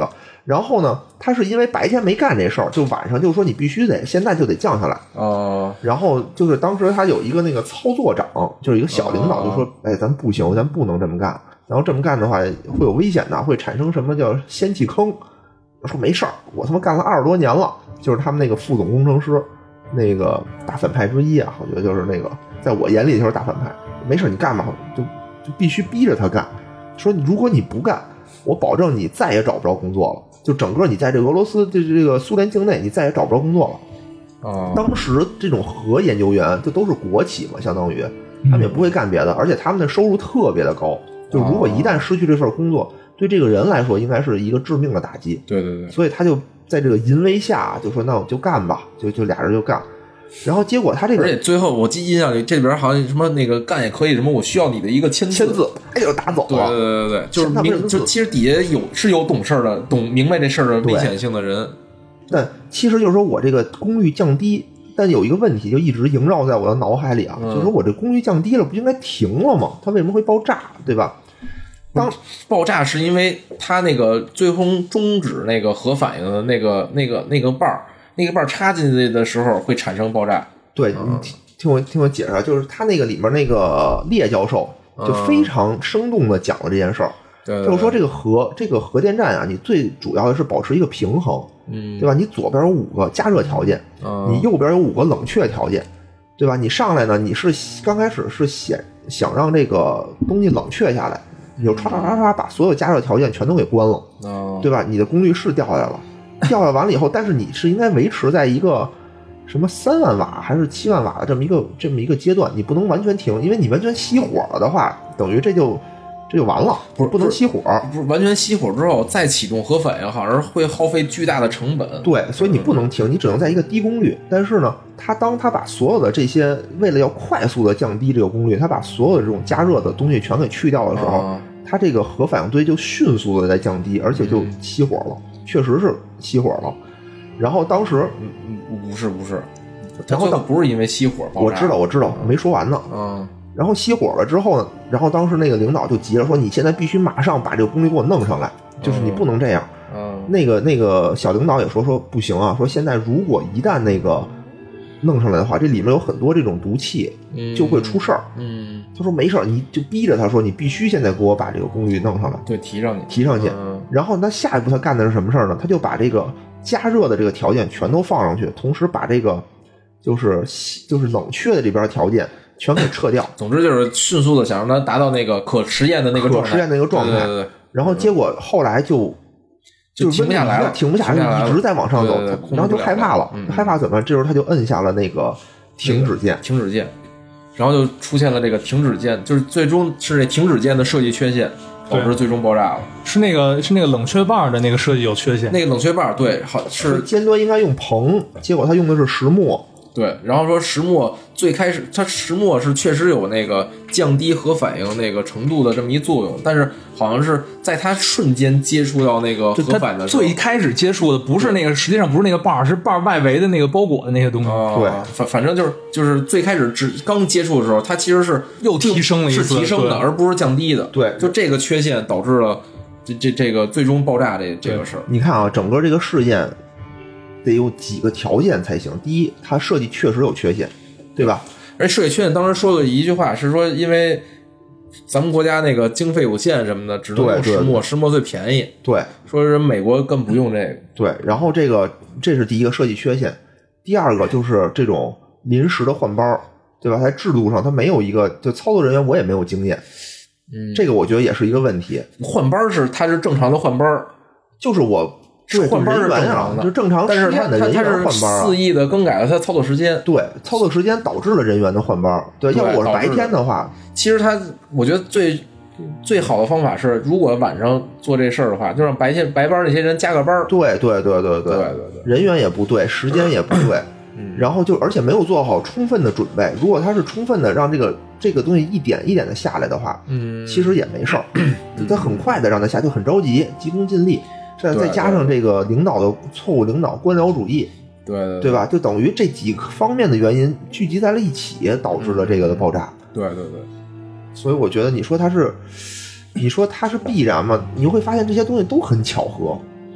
然后呢，他是因为白天没干这事儿，就晚上就说你必须得现在就得降下来。 哦， 然后就是当时他有一个那个操作长，就是一个小领导就说，哎，咱不行，咱不能这么干。然后这么干的话会有危险的，会产生什么叫先弃坑。说没事儿，我他妈干了二十多年了，就是他们那个副总工程师，那个大反派之一啊，我觉得就是那个在我眼里就是大反派。没事，你干吧，就就必须逼着他干。说如果你不干，我保证你再也找不着工作了。就整个你在这个俄罗斯这这个苏联境内，你再也找不着工作了。 哦， 当时这种核研究员就都是国企嘛，相当于他们也不会干别的，而且他们的收入特别的高。就如果一旦失去这份工作，对这个人来说应该是一个致命的打击。 对对对， 所以他就在这个淫威下就说那我就干吧，就就俩人就干。然后结果他这个， 而且最后我记印象里这里边好像什么那个干也可以，什么我需要你的一个签签字，哎就打走了。 对对对对，就是明就其实底下有是有懂事的、懂明白这事儿的危险性的人。 但其实就是说我这个功率降低，但有一个问题就一直萦绕在我的脑海里啊，嗯、就是说我这功率降低了，不应该停了吗？它为什么会爆炸，对吧？当爆炸是因为它那个最终终止那个核反应的那个那个那个瓣儿。那个瓣插进去的时候会产生爆炸。 对，嗯、你听我听我解释，就是他那个里面那个列教授就非常生动的讲了这件事儿。 对、嗯， 就是说这个核这个核电站啊，你最主要的是保持一个平衡， 嗯， 对吧？你左边有五个加热条件， 嗯、 你右边有五个冷却条件，对吧？你上来呢，你是刚开始是想想让这个东西冷却下来，你就唰唰唰唰把所有加热条件全都给关了， 嗯、 对吧？你的功率是掉下来了。掉下完了以后，但是你是应该维持在一个什么三万瓦还是七万瓦的这么一个这么一个阶段，你不能完全停，因为你完全熄火了的话，等于这就这就完了， 不是不能熄火， 不是完全熄火之后再启动核反应，好像是会耗费巨大的成本。 对，所以你不能停，你只能在一个低功率。但是呢，他当他把所有的这些为了要快速的降低这个功率，他把所有的这种加热的东西全给去掉的时候， 啊、 它这个核反应堆就迅速的在降低，而且就熄火了。嗯确实是熄火了，然后当时不是不是， 然后不是因为熄火爆炸， 我知道我知道，没说完呢。 嗯， 然后熄火了之后呢，然后当时那个领导就急了，说你现在必须马上把这个功率给我弄上来，就是你不能这样。 嗯， 那个那个小领导也说说不行啊，说现在如果一旦那个弄上来的话，这里面有很多这种毒气，就会出事儿。 嗯， 他说没事儿，你就逼着他说你必须现在给我把这个功率弄上来， 对，提上去， 提上去。 嗯然后他下一步他干的是什么事儿呢？他就把这个加热的这个条件全都放上去，同时把这个就是就是冷却的这边条件全给撤掉。 总之就是迅速的想让它达到那个可实验的那个状态， 可实验的那个状态。 对对对。 然后结果后来就就停不下来了， 停不下来，一直在往上走， 对对对， 然后就害怕了， 嗯、 害怕怎么？这时候他就摁下了那个停止键， 停止键，然后就出现了这个停止键，就是最终是这停止键的设计缺陷。导致最终爆炸了， 是那个是那个冷却棒的那个设计有缺陷。 那个冷却棒，对，好是尖端应该用硼，结果他用的是石墨。 对，然后说石墨最开始，它石墨是确实有那个降低核反应那个程度的这么一作用，但是好像是在它瞬间接触到那个核反应的时候， 最开始接触的不是那个，实际上不是那个棒，是棒外围的那个包裹的那些东西。 哦、 对， 反反正就是就是最开始只刚接触的时候，它其实是又提升了一次， 是提升的，而不是降低的。 对， 就这个缺陷导致了这这这个最终爆炸这这个事儿。 你看啊，整个这个事件得有几个条件才行。第一，它设计确实有缺陷，对吧？ 而设计缺陷当时说的一句话是说，因为咱们国家那个经费有限什么的，只能用石墨，石墨最便宜。 对， 说人美国更不用这个。 对，然后这个这是第一个设计缺陷。第二个就是这种临时的换包，对吧？在制度上它没有一个，就操作人员我也没有经验。 嗯， 这个我觉得也是一个问题。 换班是它是正常的换班， 就是我。 是换班是正常的， 就正常实验的人员换班， 肆意的更改了他操作时间。 对，操作时间导致了人员的换班。对，要不我是白天的话， 其实他我觉得最最好的方法是，如果晚上做这事儿的话，就让白天白班那些人加个班。 对对对对对对对， 人员也不对，时间也不对， 嗯、 然后就而且没有做好充分的准备。如果他是充分的让这个这个东西一点一点的下来的话， 嗯， 其实也没事儿，就他很快的让他下，就很着急，急功近利。再再加上这个领导的错误领导官僚主义， 对 对, 对, 对吧？就等于这几个方面的原因聚集在了一起，导致了这个的爆炸。 对对对， 所以我觉得你说它是，你说它是必然吗？你会发现这些东西都很巧合，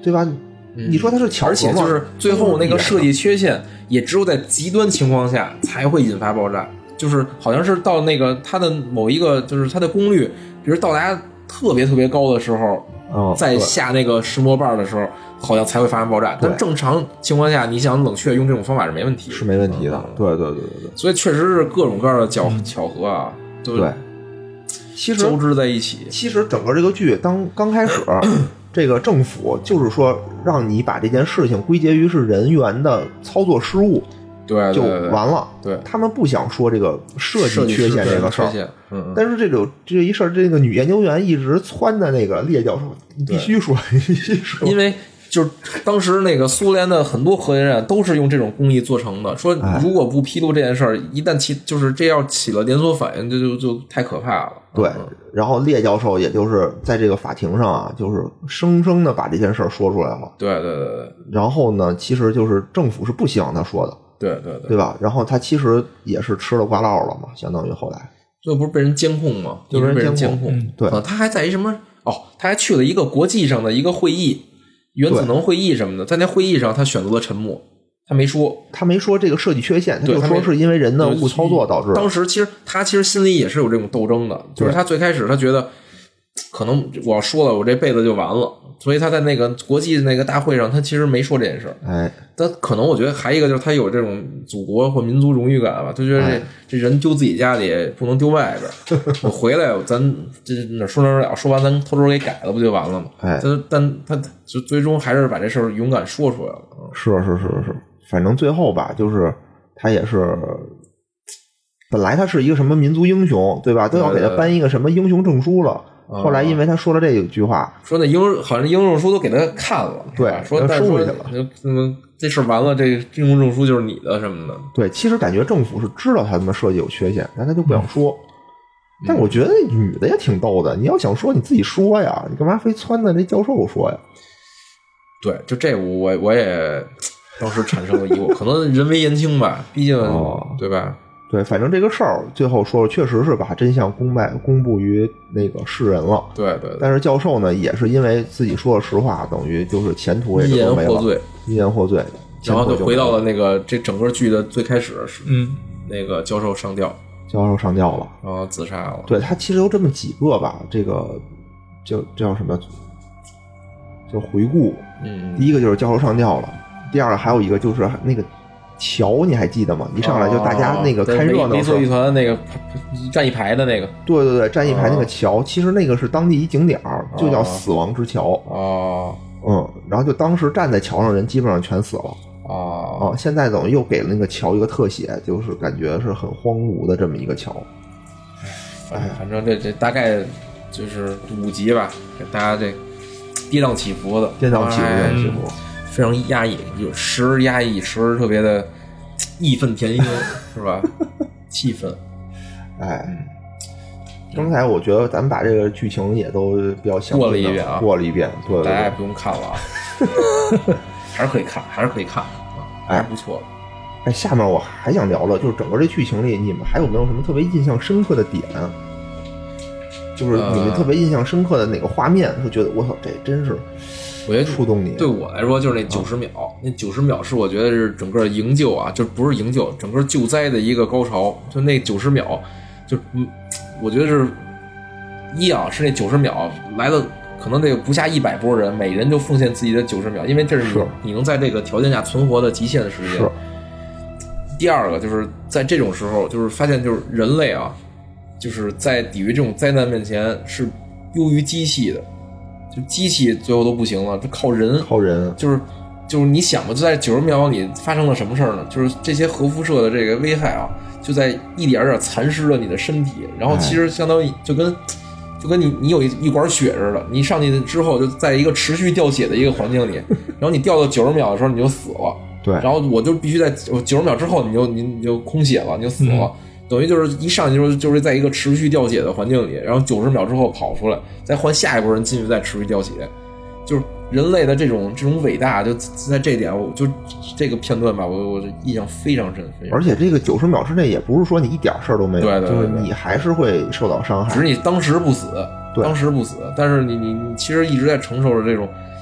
对吧？ 嗯、 你说它是巧合吗？ 而且就是最后那个设计缺陷，也只有在极端情况下才会引发爆炸。就是好像是到那个它的某一个，就是它的功率，比如到达特别特别高的时候， 哦， 在下那个石磨瓣的时候，好像才会发生爆炸。但正常情况下，你想冷却用这种方法是没问题的， 是没问题的。嗯、对对对对对。 所以确实是各种各样的巧、嗯、巧合啊， 对，其实交织在一起。 其实整个这个剧当刚开始，这个政府就是说让你把这件事情归结于是人员的操作失误。 对， 就完了。 对， 他们不想说这个设计缺陷这个事儿。 嗯嗯。 但是这种这一事儿，这个女研究员一直撺的那个列教授，你必须说，你必须说。 因为就是当时那个苏联的很多核电站都是用这种工艺做成的。说如果不披露这件事儿，一旦起就是这要起了连锁反应，就就就太可怕了。 对。 嗯、 然后列教授也就是在这个法庭上啊，就是生生的把这件事儿说出来了。 对对对对。 然后呢，其实就是政府是不希望他说的。 对对对， 对吧？然后他其实也是吃了瓜落了嘛，相当于后来最后不是被人监控吗？ 就被人监控。 嗯、对、 啊，他还在一什么？哦，他还去了一个国际上的一个会议，原子能会议什么的。在那会议上，他选择了沉默，他没说， 他没说这个设计缺陷，他就说是因为人的误操作导致的。 当时其实他其实心里也是有这种斗争的，就是他最开始他觉得可能我要说了，我这辈子就完了。所以他在那个国际那个大会上，他其实没说这件事。 哎， 但可能我觉得还一个就是他有这种祖国或民族荣誉感吧，他觉得这、哎、这人丢自己家里不能丢外边，我回来咱这哪说哪了，说完咱偷偷给改了不就完了吗？ 哎， 但但他就最终还是把这事儿勇敢说出来了。 是是是是，反正最后吧，就是他也是。本来他是一个什么民族英雄，对吧？都要给他颁一个什么英雄证书了。后来因为他说了这一句话， 说那英好像英雄证书都给他看了， 对， 说但收回去了。 嗯，这事完了，这英雄证书就是你的什么的。 对，其实感觉政府是知道他他妈设计有缺陷，但他就不想说。嗯、但我觉得那女的也挺逗的，你要想说你自己说呀，你干嘛非撺掇这教授说呀？ 对，就这我我也当时产生了疑惑，可能人微言轻吧，毕竟、哦、对吧？ 对，反正这个事儿最后说确实是把真相公卖公布于那个世人了。 对 对, 对。 但是教授呢，也是因为自己说了实话，等于就是前途也就没了， 因言获罪， 因言获罪， 然后就回到了那个这整个剧的最开始， 嗯， 那个教授上吊， 教授上吊了， 然后自杀了。 对，他其实有这么几个吧，这个叫叫什么？叫回顾。 嗯， 第一个就是教授上吊了，第二个还有一个就是那个。桥你还记得吗？一上来就大家那个看热闹， 没错一团那个站一排的那个， 对对对，站一排那个桥，其实那个是当地一景点，就叫死亡之桥。 哦， 嗯，然后就当时站在桥上人基本上全死了。 哦， 哦，现在等于又给了那个桥一个特写，就是感觉是很荒芜的这么一个桥。 哎，反正这这大概就是五集吧，给大家这跌宕起伏的， 跌宕起伏，跌宕起伏。 非常压抑，有时而压抑，时而特别的义愤填膺，是吧？气愤。 哎，刚才我觉得咱们把这个剧情也都比较详细过了一遍啊， 过了一遍，对， 大家也不用看了啊，还是可以看，还是可以看啊，还是不错的。 哎，下面我还想聊的就是整个这剧情里，你们还有没有什么特别印象深刻的点？就是你们特别印象深刻的哪个画面，是觉得我操，这真是。 我觉得触动你， 对我来说就是那九十秒，啊、那九十秒是我觉得是整个营救啊，就不是营救，整个救灾的一个高潮。就那九十秒，就嗯，我觉得是一啊，是那九十秒来了，可能得不下一百波人，每人就奉献自己的九十秒，因为这是你是你能在这个条件下存活的极限的时间。 是。 第二个就是在这种时候，就是发现就是人类啊，就是在抵御这种灾难面前是优于机器的。就机器最后都不行了，这靠人， 靠人， 就是就是你想吧，就在九十秒里发生了什么事儿呢？就是这些核辐射的这个危害啊，就在一点点蚕食了你的身体，然后其实相当于就跟、哎、就跟你你有一一管血似的，你上去之后就在一个持续掉血的一个环境里，然后你掉到九十秒的时候你就死了， 对， 然后我就必须在九十秒之后你就你你就空血了，你就死了。嗯，等于就是一上去就是就是在一个持续掉血的环境里，然后九十秒之后跑出来，再换下一波人进去再持续掉血，就是人类的这种这种伟大，就在这点，我就这个片段吧，我我印象非常深。非常深， 而且这个九十秒之内也不是说你一点事儿都没有， 对对对对， 就是你还是会受到伤害， 只是你当时不死， 对， 当时不死，但是你你你其实一直在承受着这种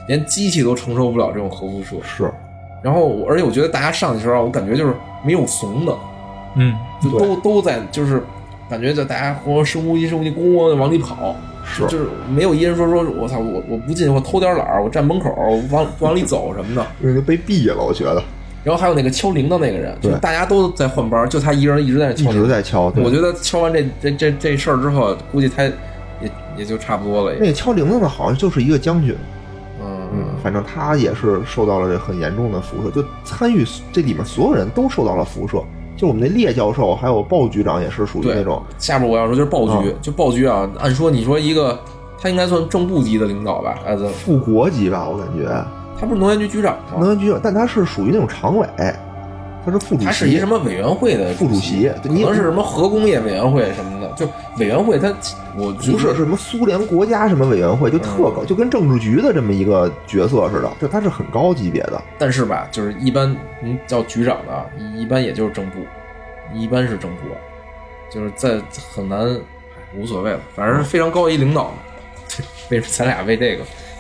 连机器都承受不了这种核辐射。 是， 然后我而且我觉得大家上去的时候，我感觉就是没有怂的， 嗯， 就都都在就是感觉就大家或深呼吸深呼吸，咣咣的往里跑。 是， 就是没有一人说说我操我我不进我偷点懒儿我站门口我往往里走什么的， 因为被毙了我觉得。 然后还有那个敲铃的那个人，就是大家都在换班，就他一个人一直在敲铃， 一直在敲。 我觉得敲完这这这这事儿之后，估计他也也就差不多了。 那个敲铃的呢，好像就是一个将军。 嗯嗯，反正他也是受到了这很严重的辐射，就参与这里面所有人都受到了辐射。就我们那列教授还有鲍局长也是属于那种。 下边我要说就是鲍局， 嗯、 就鲍局啊，按说你说一个他应该算正部级的领导吧，呃， 副国级吧，我感觉。 他不是能源局局长吗？ 能源局长，但他是属于那种常委，他是副主席。 他是一什么委员会的副主席？ 可能是什么核工业委员会什么的，就委员会他我不是是什么苏联国家什么委员会，就特高，嗯、就跟政治局的这么一个角色似的，就他是很高级别的。 但是吧，就是一般嗯叫局长的，一般也就是正部。一般是正部，就是在很难，无所谓了，反正是非常高一领导。为什么咱俩为这个？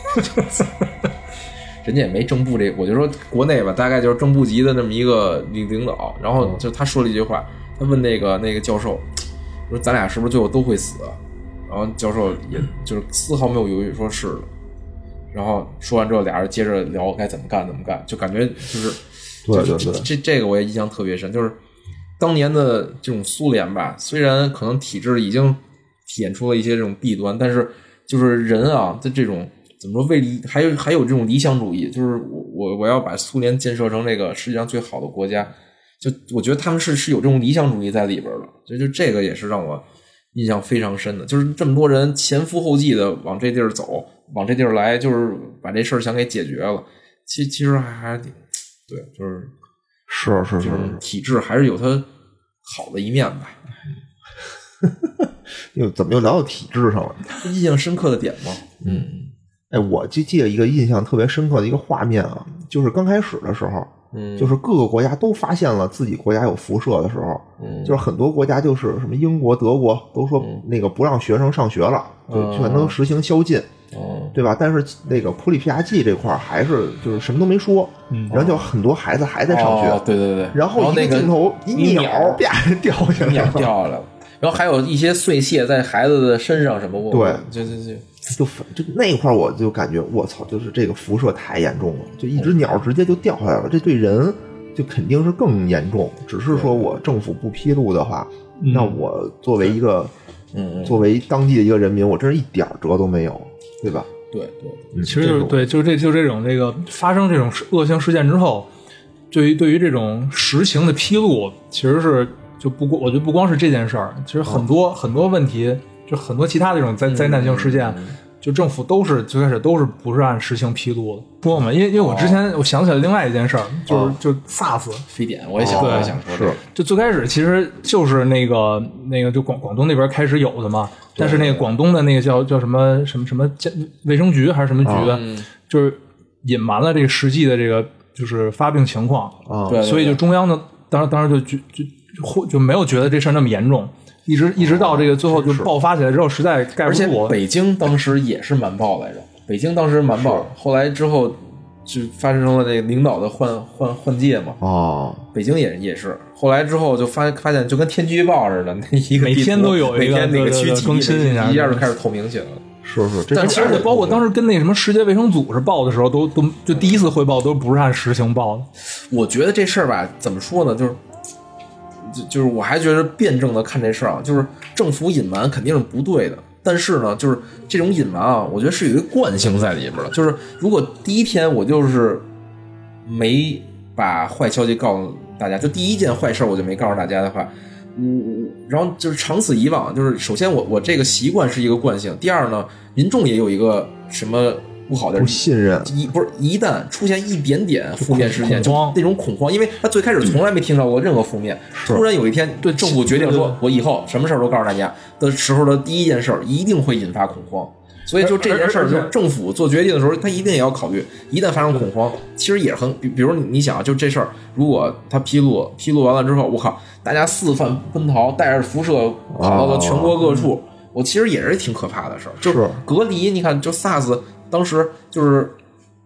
人家也没正部这个，我就说国内吧，大概就是正部级的那么一个领领导。然后就他说了一句话，他问那个那个教授说：“咱俩是不是最后都会死？”然后教授也就是丝毫没有犹豫，说是的。然后说完之后，俩人接着聊该怎么干怎么干，就感觉就是对对对， 这这个我也印象特别深，就是。当年的这种苏联吧，虽然可能体制已经体现出了一些这种弊端，但是就是人啊，在这种怎么说为理还有还有这种理想主义，就是我我我要把苏联建设成这个世界上最好的国家，就我觉得他们是是有这种理想主义在里边的，所以就这个也是让我印象非常深的，就是这么多人前赴后继的往这地儿走，往这地儿来，就是把这事儿想给解决了。其其实还还挺对，就是。 是是是， 体制还是有它好的一面吧。 又怎么又聊到体制上了？ 印象深刻的点吗？ 嗯，哎，我就记得一个印象特别深刻的一个画面啊，就是刚开始的时候，嗯，就是各个国家都发现了自己国家有辐射的时候，嗯，就是很多国家就是什么英国、德国都说那个不让学生上学了，嗯、就全都实行宵禁。 哦， 对吧？但是那个普里皮亚季这块还是就是什么都没说，嗯，然后就很多孩子还在上学， 哦、对对对， 然后一个镜头一鸟啪掉下来， 鸟掉下来了，然后还有一些碎屑在孩子的身上什么， 对， 就就就就就那块我就感觉我操，就是这个辐射太严重了，就一只鸟直接就掉下来了，这对人就肯定是更严重。只是说我政府不披露的话， 嗯、 那我作为一个嗯作为当地的一个人民，我真是一点辙都没有。对吧？ 对对， 嗯、 其实就是对，就是这就这种这个发生这种恶性事件之后，对于对于这种实情的披露，其实是就不光我觉得不光是这件事儿，其实很多、哦、很多问题，就很多其他这种灾灾难性事件， 嗯、 就政府都是最开始都是不是按实情披露的。说嘛，因为因为我之前、哦、我想起来另外一件事儿，就是、 哦、 就 SARS 非典，我也想、哦、我也想说这个， 就最开始其实就是那个那个就广广东那边开始有的嘛。但是那个广东的那个叫叫什么什么什么卫生局还是什么局的， 嗯、 就是隐瞒了这个实际的这个就是发病情况啊， 对， 所以就中央的当时当时就就就就没有觉得这事儿那么严重，一直一直到这个最后就爆发起来之后，实在盖不住。 而且北京当时也是瞒报来着，北京当时瞒报，后来之后就发生了那个领导的换换换届嘛。 哦， 北京也也是，后来之后就发发现就跟天气预报似的，那一个每天都有一个每天那个区更新一下， 一下就开始透明起来了。 是是， 但其实包括当时跟那什么世界卫生组织报的时候，都都就第一次汇报都不是按实情报的。 我觉得这事儿吧，怎么说呢，就是就就是我还觉得辩证的看这事儿啊，就是政府隐瞒肯定是不对的。但是呢，就是这种隐瞒啊，我觉得是有一个惯性在里边的。就是如果第一天我就是没把坏消息告诉大家，就第一件坏事我就没告诉大家的话，我然后就是长此以往，就是首先我我这个习惯是一个惯性，第二呢，民众也有一个什么不好的不信任， 一不是一旦出现一点点负面事件， 就那种恐慌，因为他最开始从来没听到过任何负面，突然有一天对政府决定说，我以后什么事儿都告诉大家的时候的第一件事一定会引发恐慌。所以就这件事儿，就政府做决定的时候，他一定也要考虑，一旦发生恐慌，其实也很，比比如你想，就这事儿，如果他披露披露完了之后，我靠，大家四散奔逃，带着辐射跑到了全国各处，哦、我其实也是挺可怕的事儿。就是隔离，你看，就 SARS 当时就是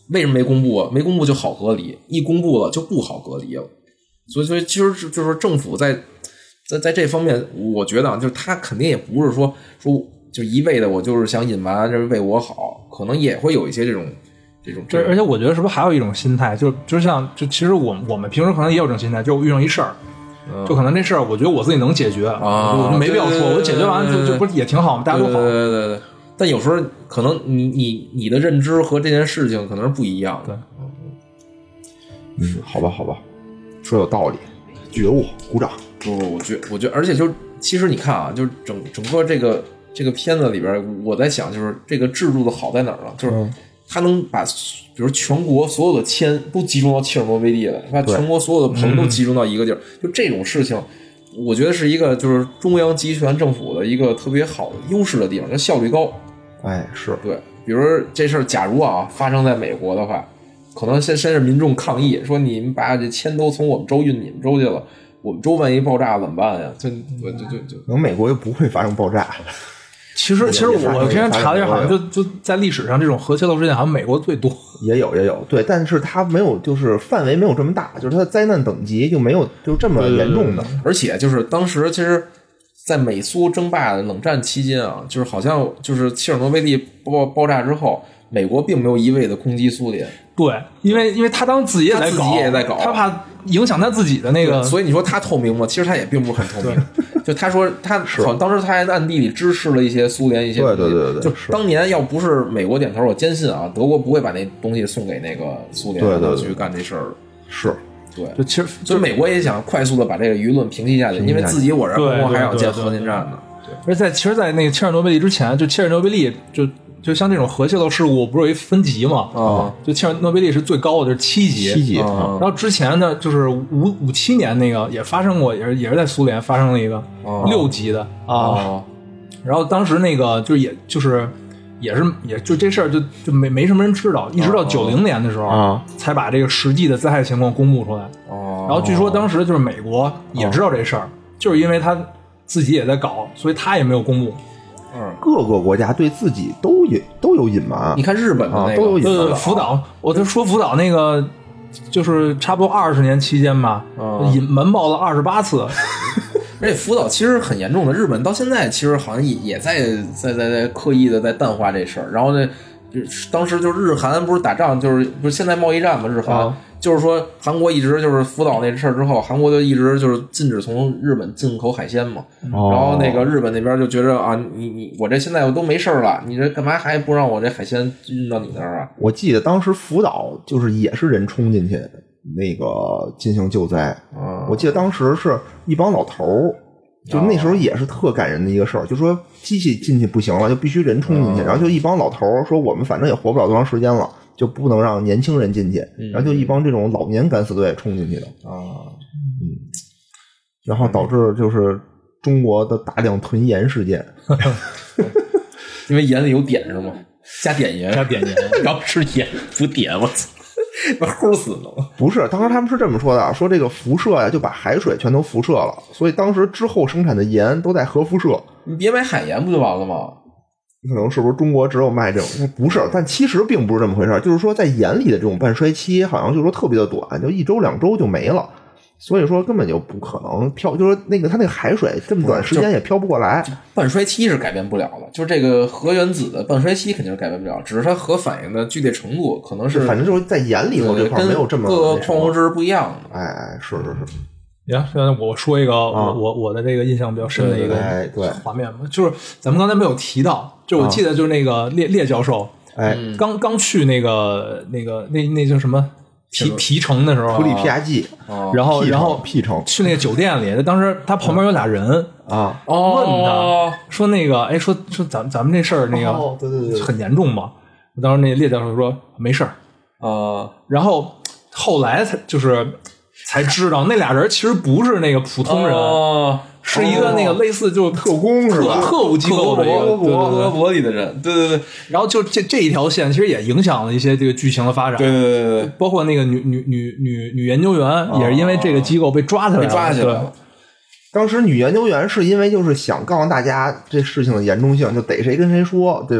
为什么没公布啊？没公布就好隔离，一公布了就不好隔离了。所以，所以其实就是说政府在在在这方面，我觉得啊，就是他肯定也不是说说就一味的我就是想隐瞒，这是为我好，可能也会有一些这种这种。 这而且我觉得是不是还有一种心态，就就像就其实我我们平时可能也有这种心态，就遇上一事儿。就可能这事儿，我觉得我自己能解决啊， 我就没必要说，我解决完就就不是也挺好吗？大家都好。 对对对对。但有时候可能你你你的认知和这件事情可能是不一样的。 对， 嗯，好吧，好吧，说有道理，觉悟，鼓掌。 不不，我觉我觉得，而且就其实你看啊，就是整整个这个这个片子里边，我在想，就是这个制度的好在哪儿呢？就是他能把比如全国所有的铅都集中到切尔诺贝利来，把全国所有的硼都集中到一个地儿，就这种事情。我觉得是一个就是中央集权政府的一个特别好的优势的地方，就效率高。 哎，是对，比如这事儿，假如啊发生在美国的话，可能先先是民众抗议说你们把这铅都从我们州运你们州去了，我们州万一爆炸怎么办呀？就就就就可能美国又不会发生爆炸。 其实其实我之前查了一下，好像就就在历史上这种核泄漏事件，好像美国最多。 也有也有，对，但是它没有，就是范围没有这么大，就是它的灾难等级就没有就这么严重的。 而且就是当时其实，在美苏争霸的冷战期间啊，就是好像就是切尔诺贝利爆爆炸之后，美国并没有一味的攻击苏联。 对，因为因为他当自己也在搞， 他自己也在搞， 他怕影响他自己的那个。 所以你说他透明吗？其实他也并不是很透明。就他说他好像当时他还暗地里支持了一些苏联一些东西。 对对对对， 就当年要不是美国点头，我坚信啊，德国不会把那东西送给那个苏联， 对对对去干这事儿。 是， 对， 就其实所以美国也想快速的把这个舆论平息下去，因为自己我这中国还要建核电站呢。 对，而在其实，在那个切尔诺贝利之前，就切尔诺贝利就。就像这种核泄漏事故，不是有一分级嘛？ 啊， 就切尔诺贝利是最高的，就是七级。 七级。 然后之前呢，就是五五七年那个也发生过，也是也是在苏联发生了一个六级的啊。然后当时那个就也就是也是也就这事儿就就没没什么人知道，一直到九零年的时候啊，才把这个实际的灾害情况公布出来。 哦。 然后据说当时就是美国也知道这事儿，就是因为他自己也在搞，所以他也没有公布。 嗯， 各个国家对自己都有都有隐瞒。 你看日本的那个、 啊、都有隐瞒。 对福岛，我就说福岛那个，就是差不多二十年期间吧， 嗯、 隐瞒报了二十八次。 而且福岛其实很严重的，日本到现在其实好像也也在在在在刻意的在淡化这事儿。然后呢，就当时就是日韩不是打仗，就是不是现在贸易战嘛，日韩。啊就是说，韩国一直就是福岛那事儿之后，韩国就一直就是禁止从日本进口海鲜嘛。 哦、 然后那个日本那边就觉着啊，你你我这现在我都没事了，你这干嘛还不让我这海鲜运到你那儿啊？ 我记得当时福岛就是也是人冲进去那个进行救灾。 嗯、 我记得当时是一帮老头儿，就那时候也是特感人的一个事儿，就说机器进去不行了，就必须人冲进去， 嗯、 然后就一帮老头儿说我们反正也活不了多长时间了。就不能让年轻人进去， 嗯、 然后就一帮这种老年敢死队冲进去的啊， 嗯，然后导致就是中国的大量囤盐事件， 因为盐里有碘是吗？加碘盐， 加碘盐， 然后吃盐不碘，我操，那齁死了。 不是，当时他们是这么说的，说这个辐射呀就把海水全都辐射了，所以当时之后生产的盐都带核辐射。 你别买海盐不就完了吗？ 可能是不是中国只有卖这种？不是，但其实并不是这么回事。就是说，在盐里的这种半衰期，好像就是说特别的短，就一周两周就没了。所以说根本就不可能漂，就是那个它那个海水这么短时间也漂不过来。 半衰期是改变不了的，就是这个核原子的半衰期肯定是改变不了，只是它核反应的剧烈程度可能是， 反正就是在盐里头这块没有这么各个矿物质不一样的。 哎哎，是是是。 呀，现在我说一个、啊、我我我的这个印象比较深的一个画面吧，就是咱们刚才没有提到，就我记得就是那个列列教授， 哎， 刚刚去那个那个那那叫什么皮皮城的时候， 普里皮亚季， 然后然后皮城去那个酒店里，当时他旁边有俩人啊， 问他说那个哎说说咱咱们这事儿那个、 哦、对对对很严重嘛，当时那列教授说没事儿啊， 然后后来才就是才知道那俩人其实不是那个普通人。 哦是一个那个类似就特工是吧？ 特务机构的一个俄国里的人，对对对。 然后就这这一条线其实也影响了一些这个剧情的发展， 对对对对对。 包括那个女女女女女研究员也是因为这个机构被抓起来了， 被抓起来了。 当时女研究员是因为就是想告诉大家这事情的严重性，就逮谁跟谁说，对吧？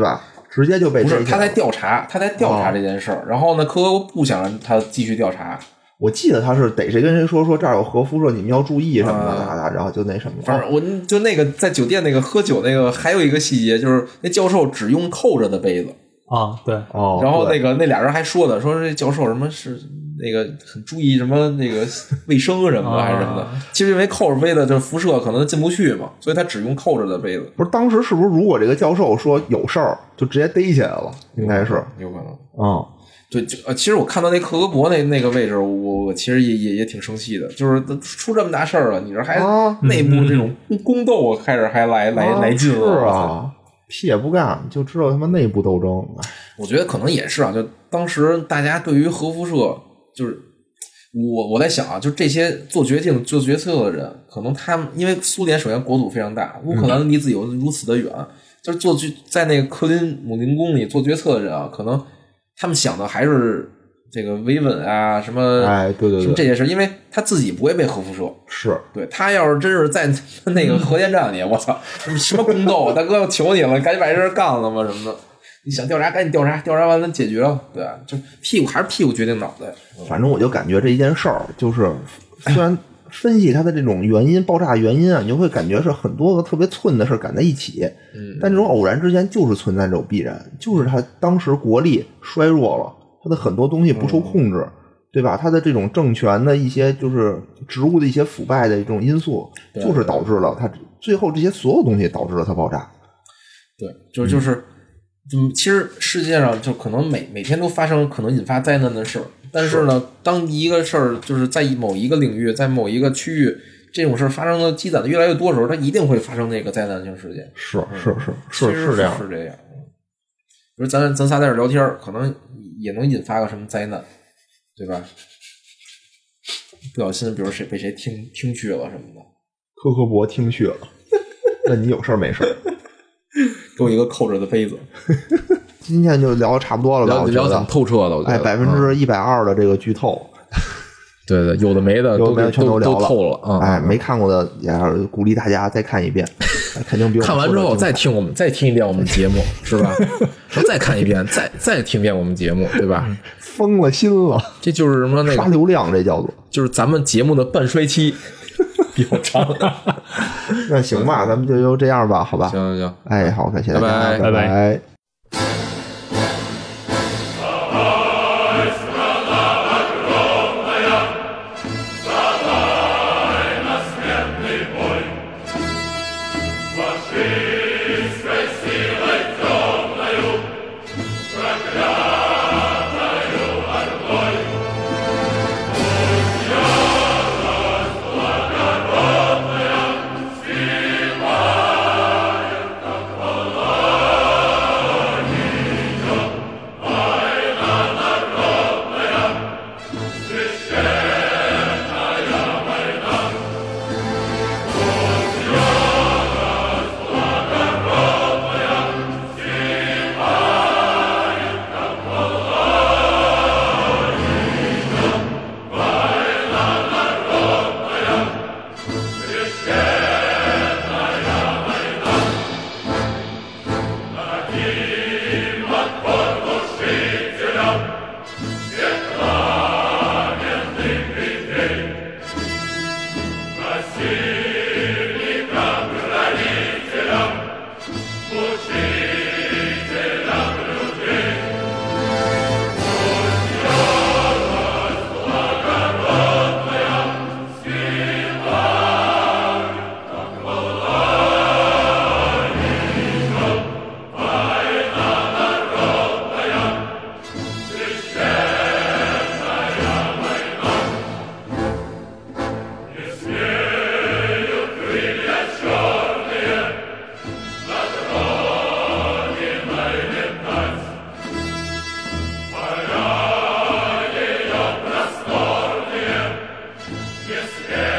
直接就被不是他在逮起来了调查，他在调查这件事儿。然后呢，科科国不想让他继续调查。 我记得他是逮谁跟谁说说这儿有核辐射，你们要注意什么的，啊、然后就那什么。 反正我就那个在酒店那个喝酒那个，还有一个细节就是那教授只用扣着的杯子啊，对哦。 然后那个那俩人还说的，说这教授什么是那个很注意什么那个卫生什么的还是什么的。其实因为扣着杯子，就辐射可能进不去嘛，所以他只用扣着的杯子。 不是当时是不是如果这个教授说有事儿，就直接逮起来了？应该是有可能。 嗯。 对，就呃，其实我看到那克格勃那那个位置，我我其实也也也挺生气的，就是出这么大事儿了，你这还内部这种宫斗开始还来、啊、来来劲了， 是啊，屁也不干，就知道他妈内部斗争。 我觉得可能也是啊，就当时大家对于核辐射，就是我我在想啊，就这些做决定、做决策的人，可能他们因为苏联首先国土非常大，乌克兰离自己又如此的远，嗯、就是做在那个克林姆林宫里做决策的人啊，可能。他们想的还是这个维稳啊，什么哎，对对对， 什么这些事，因为他自己不会被核辐射。 是，对他要是真是在那个核电站里，我操，什么宫斗，大哥，求你了，赶紧把这事干了嘛什么的。你想调查，赶紧调查，调查完了解决了，对吧？就屁股还是屁股决定脑袋。 反正我就感觉这一件事儿，就是虽然分析它的这种原因，爆炸原因啊，你就会感觉是很多个特别寸的事赶在一起，嗯，但这种偶然之间就是存在这种必然，就是它当时国力衰弱了，它的很多东西不受控制，嗯、对吧？它的这种政权的一些就是职务的一些腐败的这种因素，就是导致了它最后这些所有东西导致了它爆炸。 对，就就是，嗯，其实世界上就可能每每天都发生可能引发灾难的事儿。但是呢，当一个事儿就是在某一个领域，在某一个区域，这种事儿发生的积攒的越来越多的时候，它一定会发生那个灾难性事件。 是是是是是这样， 是这样。比如咱咱仨在这聊天，可能也能引发个什么灾难，对吧？不小心，比如谁被谁听听去了什么的， 科科博听去了，那你有事儿没事儿？ 给我一个扣着的杯子。 今天就聊的差不多了吧？ 聊聊挺透彻的，我觉得。 哎，百分之一百二的这个剧透， 对对，有的没的都全都聊了，都透了。嗯， 哎，没看过的也鼓励大家再看一遍，肯定比我看完之后再听我们再听一遍我们节目，是吧？说再看一遍，再再听一遍我们节目，对吧？ 疯了心了， 这就是什么那个刷流量，这叫做就是咱们节目的半衰期比较长。 那行吧，咱们就就这样吧，好吧？ 行行行， 哎，好，感谢大家， 拜拜。 拜拜。 Yes, yes.